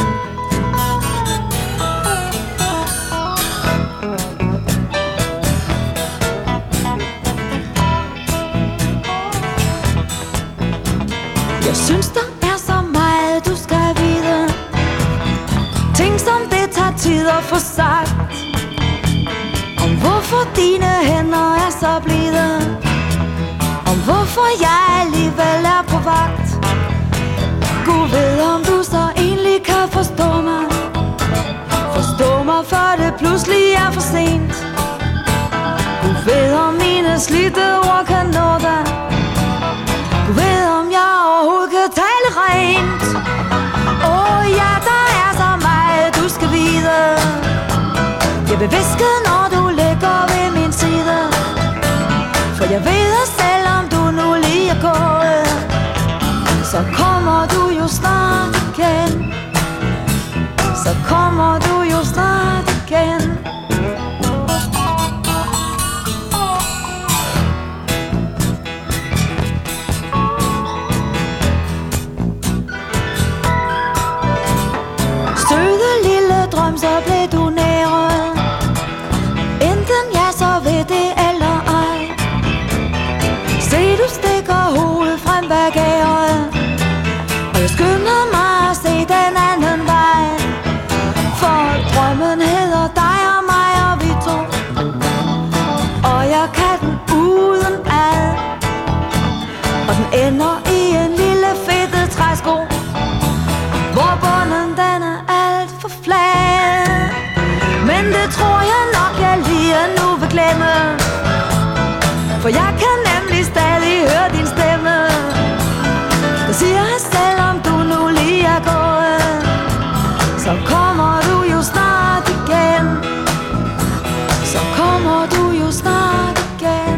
Jeg synes, der er så meget, du skal vide. Ting, som det tager tid at få sagt. Om hvorfor dine hænder er så blide. Om hvorfor jeg alligevel er på vagt. Gud ved, om du så egentlig kan forstå mig. Forstå mig, før det pludselig er for sent. Gud ved, om mine slidte ord kan nå dig. Du ved, om jeg overhovedet kan tale rent. Åh oh, ja, der er så meget, du skal vide. Jeg vil viske, når du ligger ved min side. For jeg ved, at selvom du nu lige er gået, så kommer du jo snart igen. Så kommer du jo snart igen. jeg kan nemlig stadig høre din stemme, der siger, selvom du nu lige er gået, så kommer du jo snart igen. Så kommer du jo snart igen.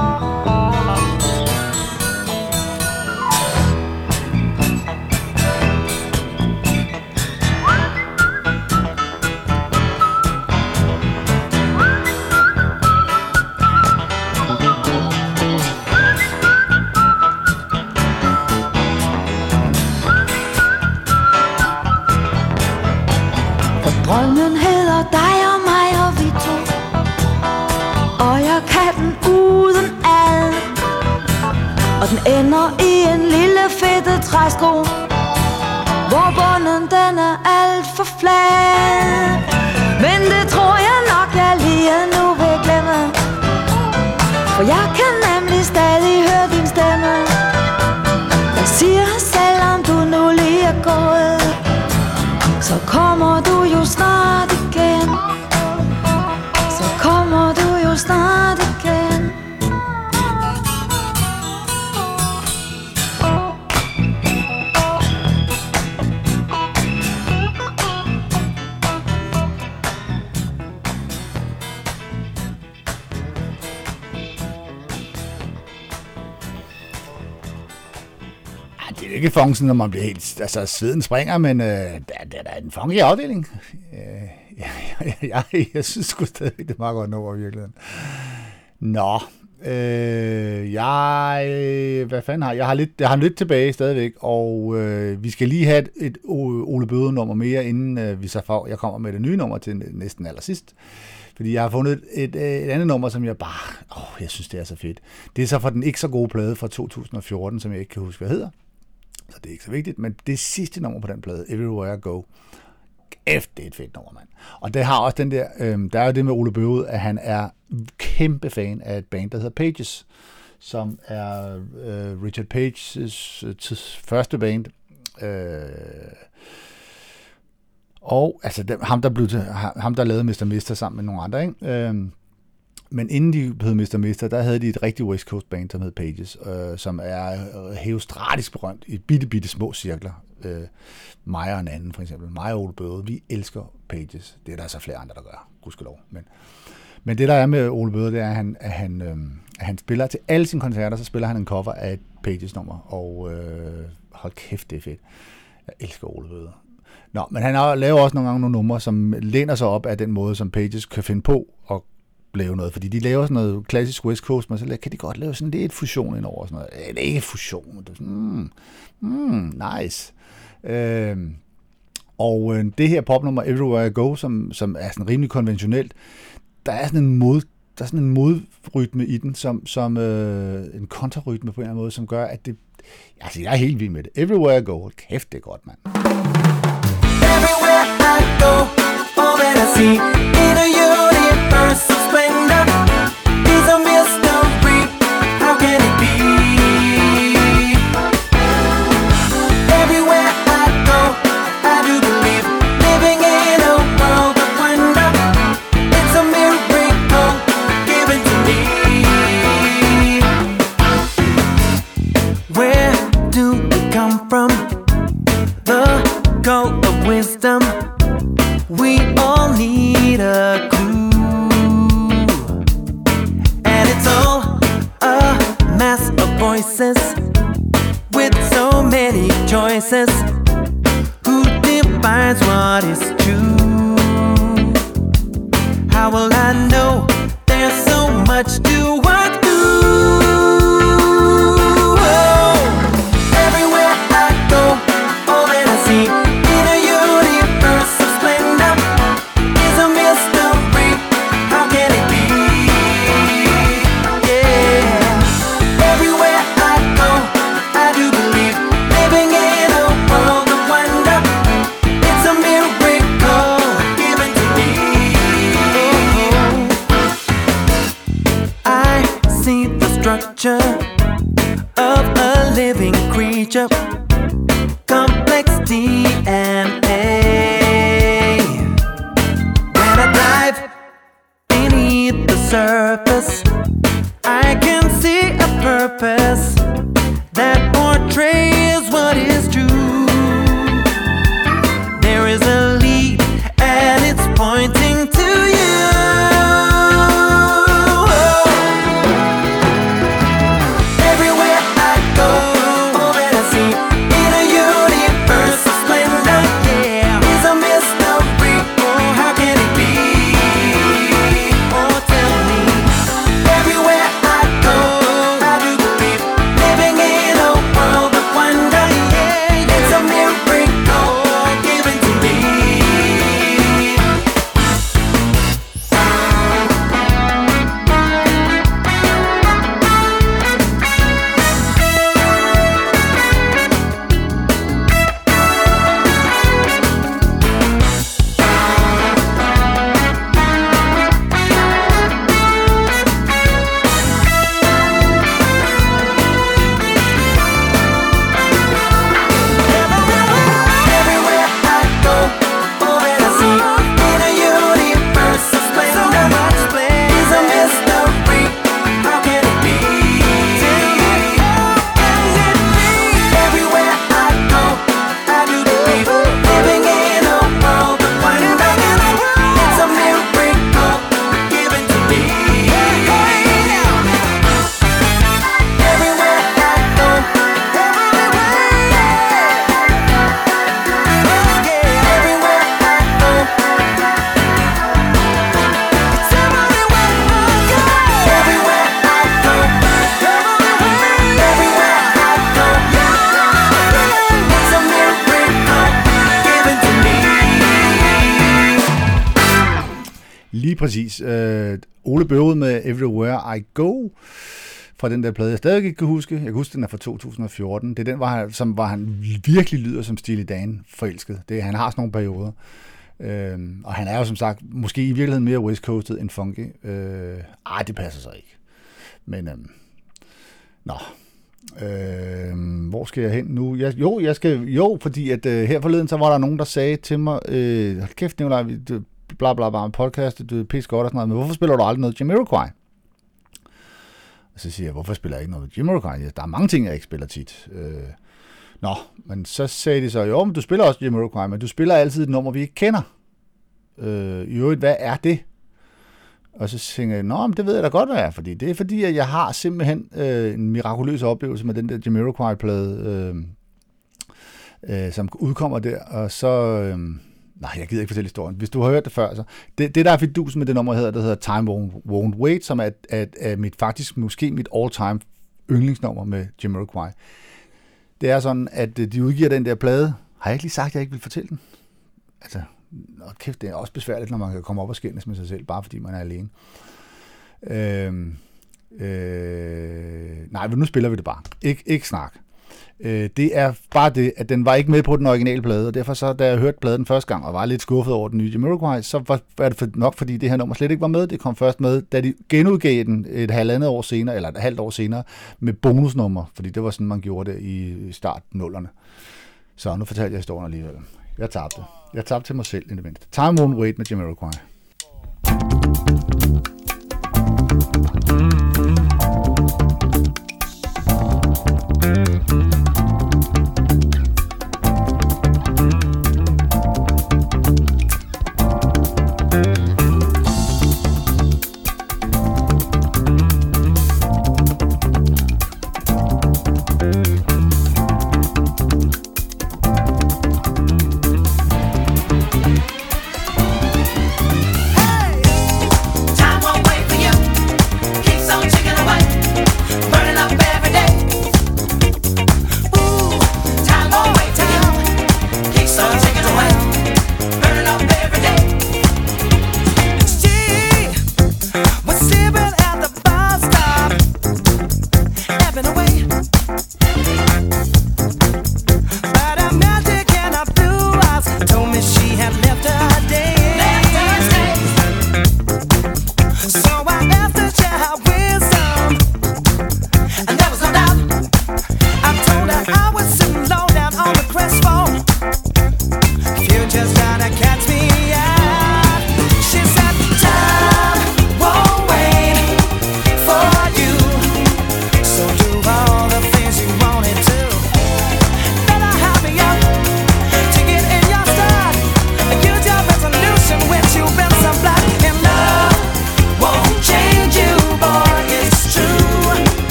Drømmen hedder dig og mig og vi to, og jeg kan den uden ad. Og den ender i en lille fedte træsko, hvor bunden den er alt for flad. Men det tror jeg nok jeg lige nu vil glemme, for jeg kan nemlig stadig høre din stemme, der siger, selvom du nu lige er gået, så kommer du jo snart igen. Så kommer du jo snart igen. Det er ikke funksen, når man bliver helt... Altså, sveden springer, men øh, der, der, der er en funky afdeling. Øh, jeg, jeg, jeg, jeg synes sgu stadig, det er meget godt nummer i virkeligheden. Nå, øh, jeg... Hvad fanden har jeg? Jeg har lidt, jeg har lidt tilbage stadigvæk, og øh, vi skal lige have et, et Ole Bøde-nummer mere, inden øh, vi så får... Jeg kommer med det nye nummer til næsten allersidst. Fordi jeg har fundet et, et, et andet nummer, som jeg bare... Åh, jeg synes, det er så fedt. Det er så fra den ikke så gode plade fra to tusind og fjorten, som jeg ikke kan huske, hvad hedder. Så det er ikke så vigtigt, men det sidste nummer på den plade, Everywhere I Go, F, det er et fedt nummer, mand. Og det har også den der, øhm, der er jo det med Ole Bøde, at han er kæmpe fan af et band, der hedder Pages, som er øh, Richard Pages øh, første band. Øh, og altså dem, ham, der blev til, ham, der lavede mister Mister sammen med nogle andre, ikke? Øh, Men inden de hed mister Mister, der havde de et rigtig West Coast band, som hed Pages, øh, som er øh, heostratisk berømt i bitte, bitte små cirkler. Øh, mig og en anden, for eksempel. Mig og Ole Bøde, vi elsker Pages. Det er der så flere andre, der gør, gudskelov. Men, men det, der er med Ole Bøde, det er, at han, at han, øh, at han spiller til alle sine koncerter, så spiller han en cover af et Pages-nummer. Og øh, hold kæft, det er fedt. Jeg elsker Ole Bøde. Nå, men han laver også nogle gange nogle numre, som læner sig op af den måde, som Pages kan finde på og lave noget, fordi de laver sådan noget klassisk West Coast, men så kan de godt lave sådan lidt fusion indover, sådan noget. Det er ikke fusion, det er sådan, mm, mm, nice. Øhm, og øh, det her popnummer, Everywhere I Go, som, som er sådan rimelig konventionelt, der er sådan en mod, der er sådan en modrytme i den, som, som øh, en kontrarytme på en eller anden måde, som gør, at det, altså jeg er helt vild med det. Everywhere I Go, kæft, det er godt, mand. Everywhere I go, all that I see in a universe of splendor is a mystery. How can it be? Everywhere I go, I do believe, living in a world of wonder. It's a miracle given to me. Where do we come from? The goal of wisdom. We all need a clue, and it's all a mass of voices with so many choices. Who defines what is true? How will I know? There's so much to walk through. Oh, everywhere I go, all that I see in a universe of splendor is a mystery. How can it be? Yeah, everywhere I go, I do believe, living in a world of wonder. It's a miracle given to me. I see the structure of a living creature, complex D N A. When I dive beneath the surface, I can see purpose that portrays what is true. There is a lead and it's pointing to you. Everywhere I go, all that I see in a universe of splendor, yeah, is a mystery. Oh, how can it be? Oh, tell me. Everywhere I go, I do believe living in a world of wonder. Yeah, it's a miracle given to me. Everywhere I go, all that I see in a universe of splendor is a mystery. How can it be? Everywhere I go, I do believe living in a world of wonder. It's a miracle given to me. Everywhere I go, everywhere I go, everywhere I go, everywhere I go, it's a miracle given to me. Lige præcis. Øh, Ole Bøved med Everywhere I Go, fra den der plade, jeg stadig ikke kan huske. Jeg kan huske, den er fra to tusind og fjorten. Det er den, hvor han, som, hvor han virkelig lyder som Steely Dan forelsket. Det, han har sådan nogle perioder. Øh, og han er jo som sagt, måske i virkeligheden mere West Coasted end funky. Øh, ej, det passer så ikke. Men, øh, nå. Øh, hvor skal jeg hen nu? Jeg, jo, jeg skal, jo, fordi at øh, her forleden, så var der nogen, der sagde til mig, øh, hold kæft, Nicolaj, du- bla bla bla, podcast, du er pisse godt og sådan noget, men hvorfor spiller du aldrig noget Jamiroquai? Og så siger jeg, hvorfor spiller jeg ikke noget Jamiroquai? Der er mange ting, jeg ikke spiller tit. Øh, nå, men så sagde de så, jo, men du spiller også Jamiroquai, men du spiller altid et nummer, vi ikke kender. Øh, I øvrigt, hvad er det? Og så tænker jeg, nå, men det ved jeg da godt, hvad er, fordi det er fordi, at jeg har simpelthen øh, en mirakuløs oplevelse med den der Jamiroquai-plade, øh, øh, som udkommer der, og så... Øh, nej, jeg gider ikke fortælle historien. Hvis du har hørt det før, så... Det, det der er fidusen med det nummer, hedder, der hedder Time Won't, Won't Wait, som er, er, er mit, faktisk måske mit all-time yndlingsnummer med Jamiroquai. Det er sådan, at de udgiver den der plade. Har jeg ikke lige sagt, at jeg ikke vil fortælle den? Altså, nå, kæft, det er også besværligt, når man kan komme op og skændes med sig selv, bare fordi man er alene. Øhm, øh, nej, men nu spiller vi det bare. Ik- ikke snak. Øh, det er bare det, at den var ikke med på den originale plade, og derfor så, da jeg hørte pladen første gang, og var lidt skuffet over den nye Jamiroquai, så var, var det for, nok, fordi det her nummer slet ikke var med. Det kom først med, da de genudgav den et halvandet år senere, eller et halvt år senere, med bonusnummer, fordi det var sådan, man gjorde det i start nullerne. Så nu fortalte jeg historien alligevel. Jeg tabte. Jeg tabte til mig selv i det mindste. Time Won't Wait med Jamiroquai. Time won't wait for you. Keeps on ticking away, burning up every day.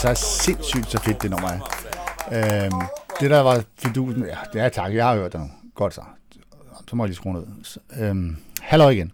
så sindssygt så fedt, det nummer er. Øhm, det der var fidusen, ja, det er tak, jeg har hørt det nu. Godt så. Så må jeg lige skrue ned. Øhm, Halløj igen.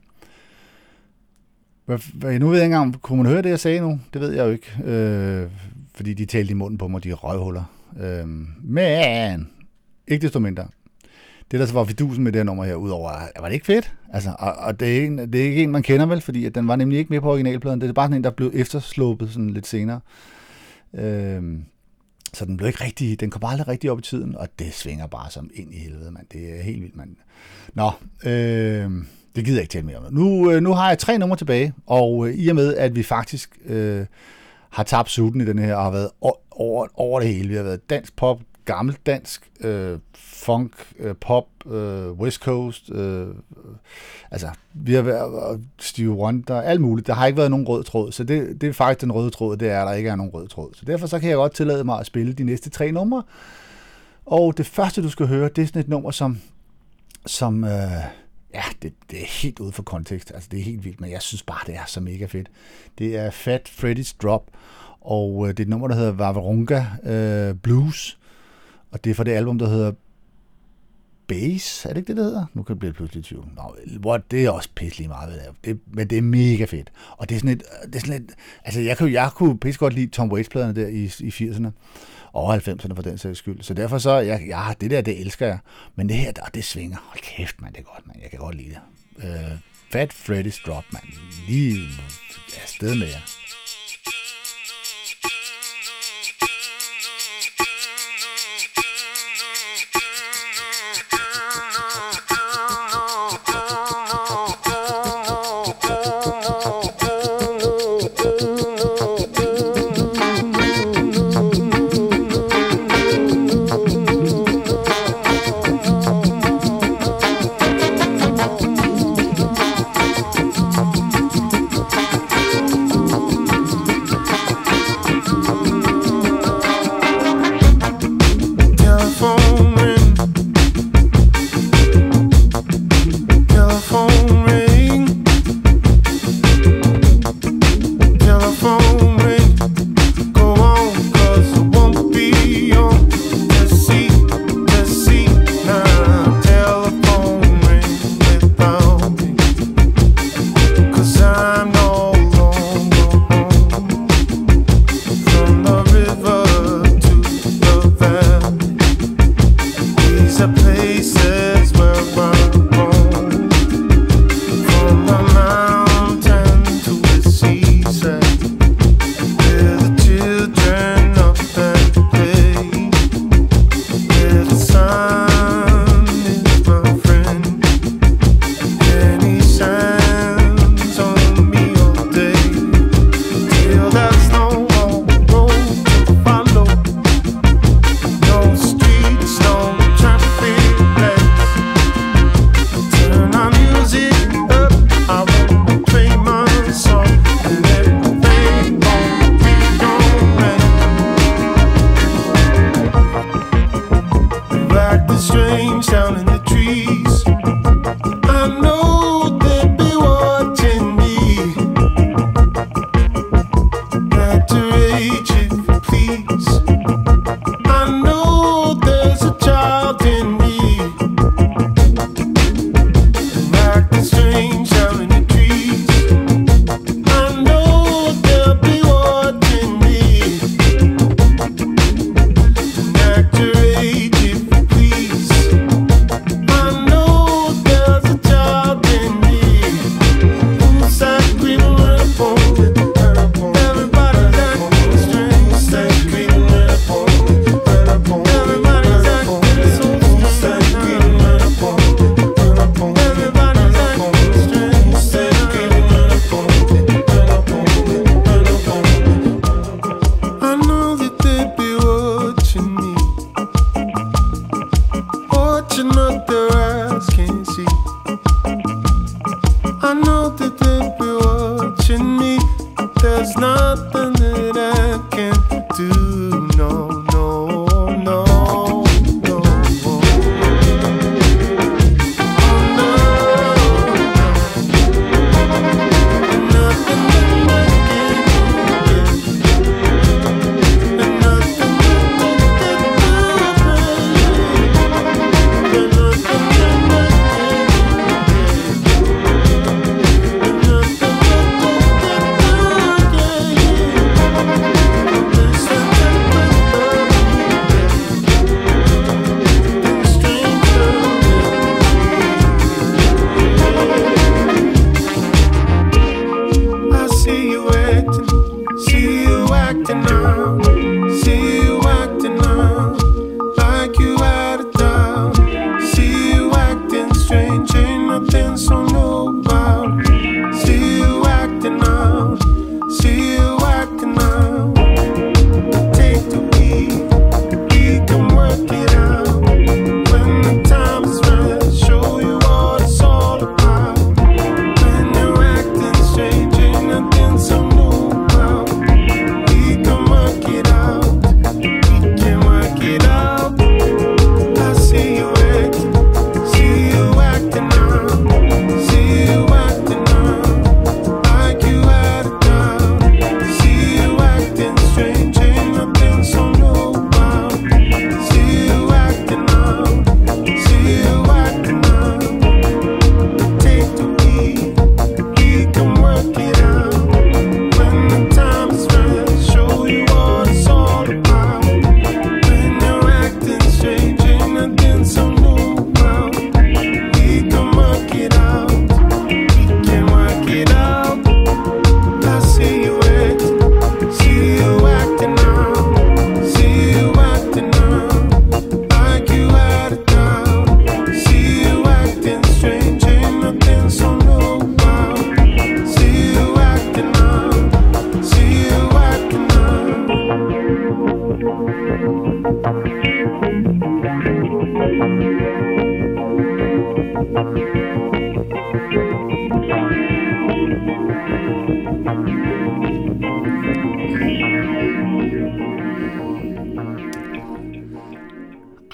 Nu ved jeg ikke engang, kunne man høre det, jeg sagde nu? Det ved jeg jo ikke. Øh, fordi de talte i munden på mig, de røvhuller. Øh, men, ikke desto mindre. Det der så var fidusen med det her nummer her, udover, var det ikke fedt? Altså, og, og det, er en, det er ikke en, man kender vel, fordi at den var nemlig ikke med på originalpladen. Det er bare sådan en, der blev efterslåbet sådan lidt senere. Øh, så den blev ikke rigtig, den kom aldrig rigtig op i tiden, og det svinger bare som ind i helvede, mand. Det er helt vildt, mand. Nå, øh, det gider jeg ikke tale mere om. Nu, øh, nu har jeg tre numre tilbage, og øh, i og med, at vi faktisk øh, har tabt sutten i den her, og har været over, over det hele. Vi har været dansk pop, gammel dansk, øh, funk, øh, pop, øh, West Coast, øh, altså, vi har været øh, Stevie Wonder, alt muligt. Der har ikke været nogen rød tråd, så det, det er faktisk den røde tråd, det er, der ikke er nogen rød tråd. Så derfor så kan jeg godt tillade mig at spille de næste tre numre. Og det første, du skal høre, det er sådan et nummer, som, som øh, ja, det, det er helt ude for kontekst. Altså, det er helt vildt, men jeg synes bare, det er så mega fedt. Det er Fat Freddy's Drop, og øh, det er et nummer, der hedder Wawarunga øh, Blues, og det er fra det album, der hedder Bass, er det ikke det, der hedder? Nu kan det blive pludselig tyve. Nå, det er også pisselig meget ved det. det. Men det er mega fedt. Og det er sådan et, det er sådan et altså jeg kunne, jeg kunne pisse godt lide Tom Waits-pladerne der i, i firserne, og halvfemserne for den sags skyld. Så derfor så, jeg, ja, det der, det elsker jeg. Men det her, der, det svinger. Hold kæft, man, det er godt, man. Jeg kan godt lide det. Uh, Fat Freddy's Drop, man. Lige afsted med jer.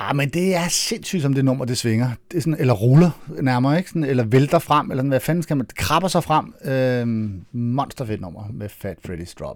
Ja, men det er sindssygt, som det nummer, det svinger. Det er sådan, eller ruller nærmere, ikke? Sådan, eller vælter frem, eller sådan, hvad fanden skal man... Det krabber sig frem. Øhm, monsterfedt nummer med Fat Freddy's Drop.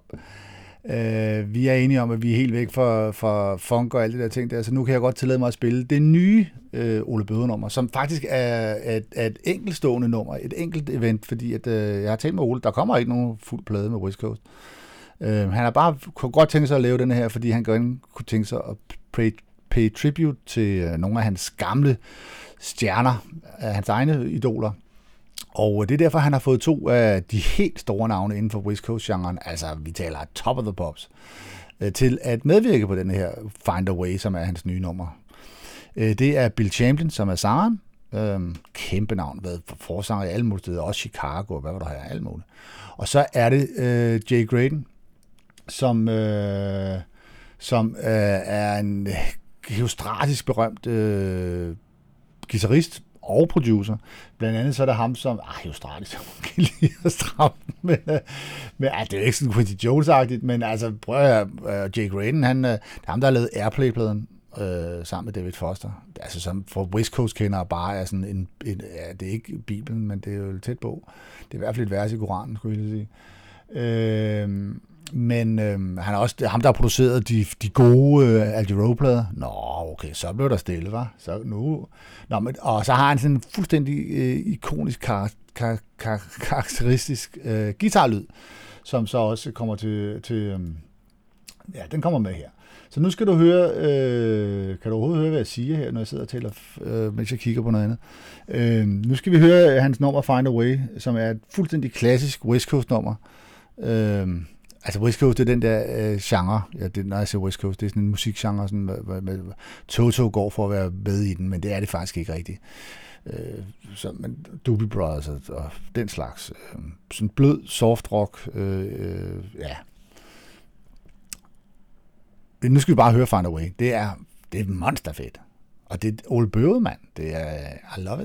Øh, vi er enige om, at vi er helt væk fra, fra funk og alle de der ting der, så nu kan jeg godt tillade mig at spille det nye øh, Ole Bøde-nummer, som faktisk er, er, er et enkeltstående nummer, et enkelt event, fordi at, øh, jeg har talt med Ole, der kommer ikke nogen fuld plade med West Coast. Øh, han har bare kunne godt tænke sig at lave den her, fordi han godt kunne tænke sig at pay, pay tribute til øh, nogle af hans gamle stjerner, af hans egne idoler. Og det er derfor, han har fået to af de helt store navne inden for West Coast-genren, altså vi taler Top of the Pops, til at medvirke på den her Find a Way, som er hans nye nummer. Det er Bill Champlin, som er sangeren. Kæmpe navn, været forsanger i alle mulige steder, også Chicago, hvad var der her, alle mulige. Og så er det uh, Jay Graydon, som, uh, som uh, er en geostratisk berømt uh, guitarist, og producer. Blandt andet så er der ham som... Ah, jo stratisk, jeg kan lige at stramme. Men, men ah, det er jo ikke sådan Quincy Jones-agtigt, men altså, prøv at høre, uh, Jay Graydon, han, uh, det er ham, der har lavet Airplay-pladen uh, sammen med David Foster. Altså, som for West Coast-kendere bare er sådan en... en ja, det er ikke Bibelen, men det er jo tæt på. Det er i hvert fald et vers i Koranen, skulle jeg sige. Uh, men øhm, han er også ham, der har produceret de, de gode øh, Al Jarreau-plader. Nå, okay, så blev der stille, hva'? Så nu... Nå, men, og så har han sådan en fuldstændig øh, ikonisk, kar- kar- kar- karakteristisk øh, guitarlyd, som så også kommer til... til øhm, ja, den kommer med her. Så nu skal du høre... Øh, kan du overhovedet høre, hvad jeg siger her, når jeg sidder og taler, øh, mens jeg kigger på noget andet? Øh, nu skal vi høre hans nummer Find a Way, som er et fuldstændig klassisk West Coast-nummer. Øh, Altså West Coast, det er den der øh, genre, ja, det, når jeg siger West Coast, det er sådan en musikgenre, sådan, med, med, Toto går for at være med i den, men det er det faktisk ikke rigtigt. Øh, så, men Doobie Brothers og, og den slags. Øh, sådan blød, soft rock, øh, øh, ja. Men nu skal vi bare høre Find a Way. Det er, det er monsterfedt. Og det er Ole Bøde, mand. Det er, I love it.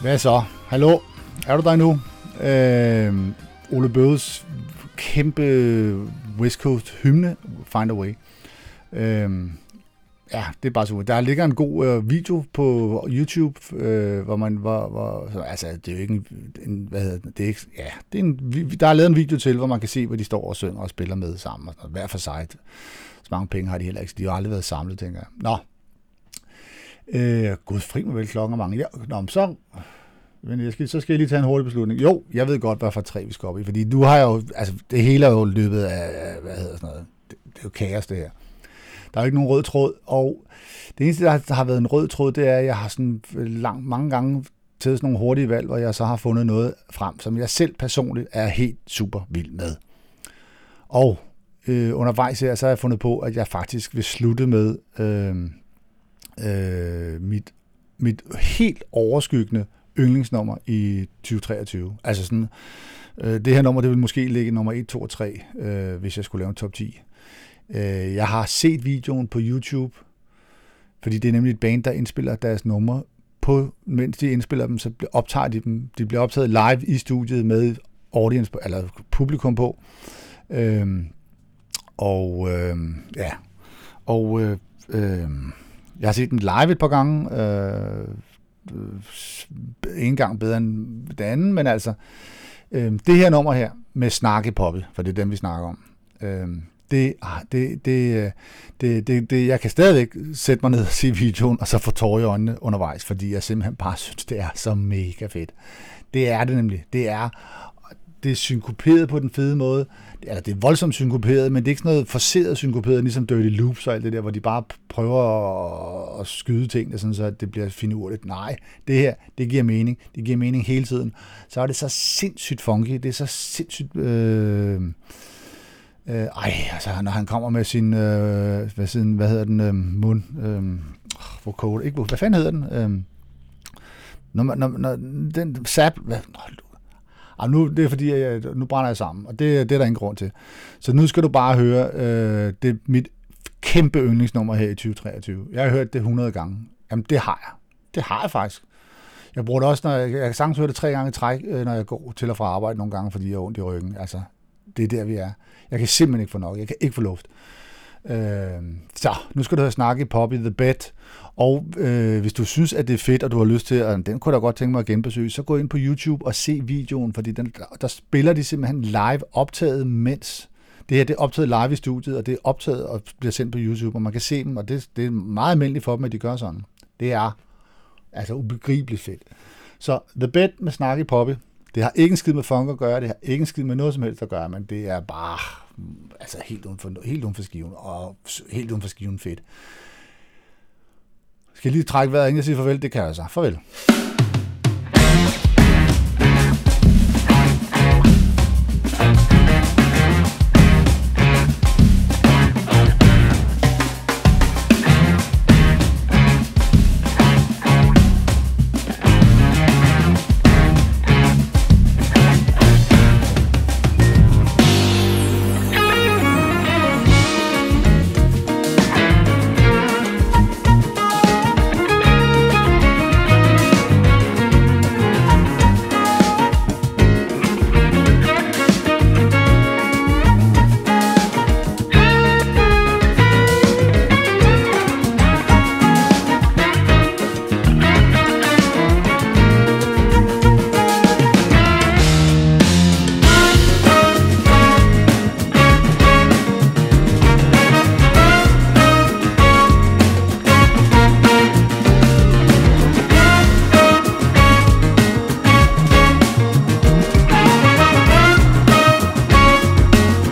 Hvad så? Hallo? Er du der nu? Øh, Ole Bødes kæmpe West Coast hymne, Find a Way. Øh, ja, det er bare super. Der ligger en god øh, video på YouTube, øh, hvor man, hvor, hvor, så, altså, det er jo ikke en, en hvad hedder det, det er ikke, ja, det er en, der er lavet en video til, hvor man kan se, hvor de står og synger og spiller med sammen, og hver for sig. Så mange penge har de heller ikke, de har aldrig været samlet, tænker jeg. Nå. Øh, Gud fri mig vel klokken mange. Ja, nå, men så... Men jeg skal, så skal jeg lige tage en hurtig beslutning. Jo, jeg ved godt, hvad for træ vi skal op i, fordi du har jo, altså det hele er jo løbet af, hvad hedder sådan noget, det, det er jo kaos det her. Der er jo ikke nogen rød tråd, og det eneste, der har været en rød tråd, det er, at jeg har sådan lang, mange gange taget sådan nogle hurtige valg, hvor jeg så har fundet noget frem, som jeg selv personligt er helt super vild med. Og øh, undervejs her, så har jeg fundet på, at jeg faktisk vil slutte med øh, øh, mit, mit helt overskyggende yndlingsnummer i tyve treogtyve. Altså sådan, øh, det her nummer, det vil måske ligge nummer et, to og tre, øh, hvis jeg skulle lave en top ti. Øh, jeg har set videoen på YouTube, fordi det er nemlig et band, der indspiller deres numre. På, mens de indspiller dem, så optager de dem. De bliver optaget live i studiet med audience, eller publikum på. Øh, og øh, ja, og øh, øh, jeg har set den live et par gange, øh, en gang bedre end det andet, men altså øh, det her nummer her med Snakke Poppy, for det er dem vi snakker om, øh, det, det, det, det, det, det jeg kan stadigvæk sætte mig ned og se videoen og så få tårer i øjnene undervejs, fordi jeg simpelthen bare synes det er så mega fedt. Det er det nemlig. Det er det er synkoperet på den fede måde. Eller det er voldsomt synkoperet, men det er ikke sådan noget forceret synkoperet, ligesom Dirty Loops og alt det der, hvor de bare prøver at, at skyde tingene, sådan så det bliver finurligt. Nej, det her, det giver mening. Det giver mening hele tiden. Så er det så sindssygt funky. Det er så sindssygt... Øh, øh, ej, altså, når han kommer med sin... Øh, hvad, siden, hvad hedder den? Øh, mund... Øh, vocal, ikke, hvad fanden hedder den? Øh, når, når, når den... Sap... Hvad, Ah, nu, det er fordi, jeg, nu brænder jeg sammen, og det, det er der ingen grund til. Så nu skal du bare høre, øh, det er mit kæmpe yndlingsnummer her i tyve treogtyve. Jeg har hørt det hundrede gange. Jamen, det har jeg. Det har jeg faktisk. Jeg bruger det også, når jeg, jeg kan sagtens høre det tre gange i træk, øh, når jeg går til og fra arbejde nogle gange, fordi jeg har ondt i ryggen. Altså, det er der, vi er. Jeg kan simpelthen ikke få nok. Jeg kan ikke få luft. Øh, så, nu skal du høre Snakke Poppy, The Bed. Og øh, hvis du synes, at det er fedt, og du har lyst til, og den kunne da godt tænke mig at genbesøge, så gå ind på YouTube og se videoen, fordi den, der, der spiller de simpelthen live optaget, mens det her det er optaget live i studiet, og det er optaget og bliver sendt på YouTube, og man kan se dem, og det, det er meget almindeligt for dem, at de gør sådan. Det er altså ubegribeligt fedt. Så The Bed med Snakke Poppy, det har ikke en skid med funk at gøre, det har ikke en skid med noget som helst at gøre, men det er bare altså helt uden for, helt uden for skiven, og helt uden for skiven fedt. Skal jeg lige trække vejret, inden jeg siger farvel? Det kan jeg så. Farvel.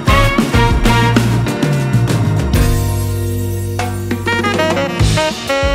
Thank you.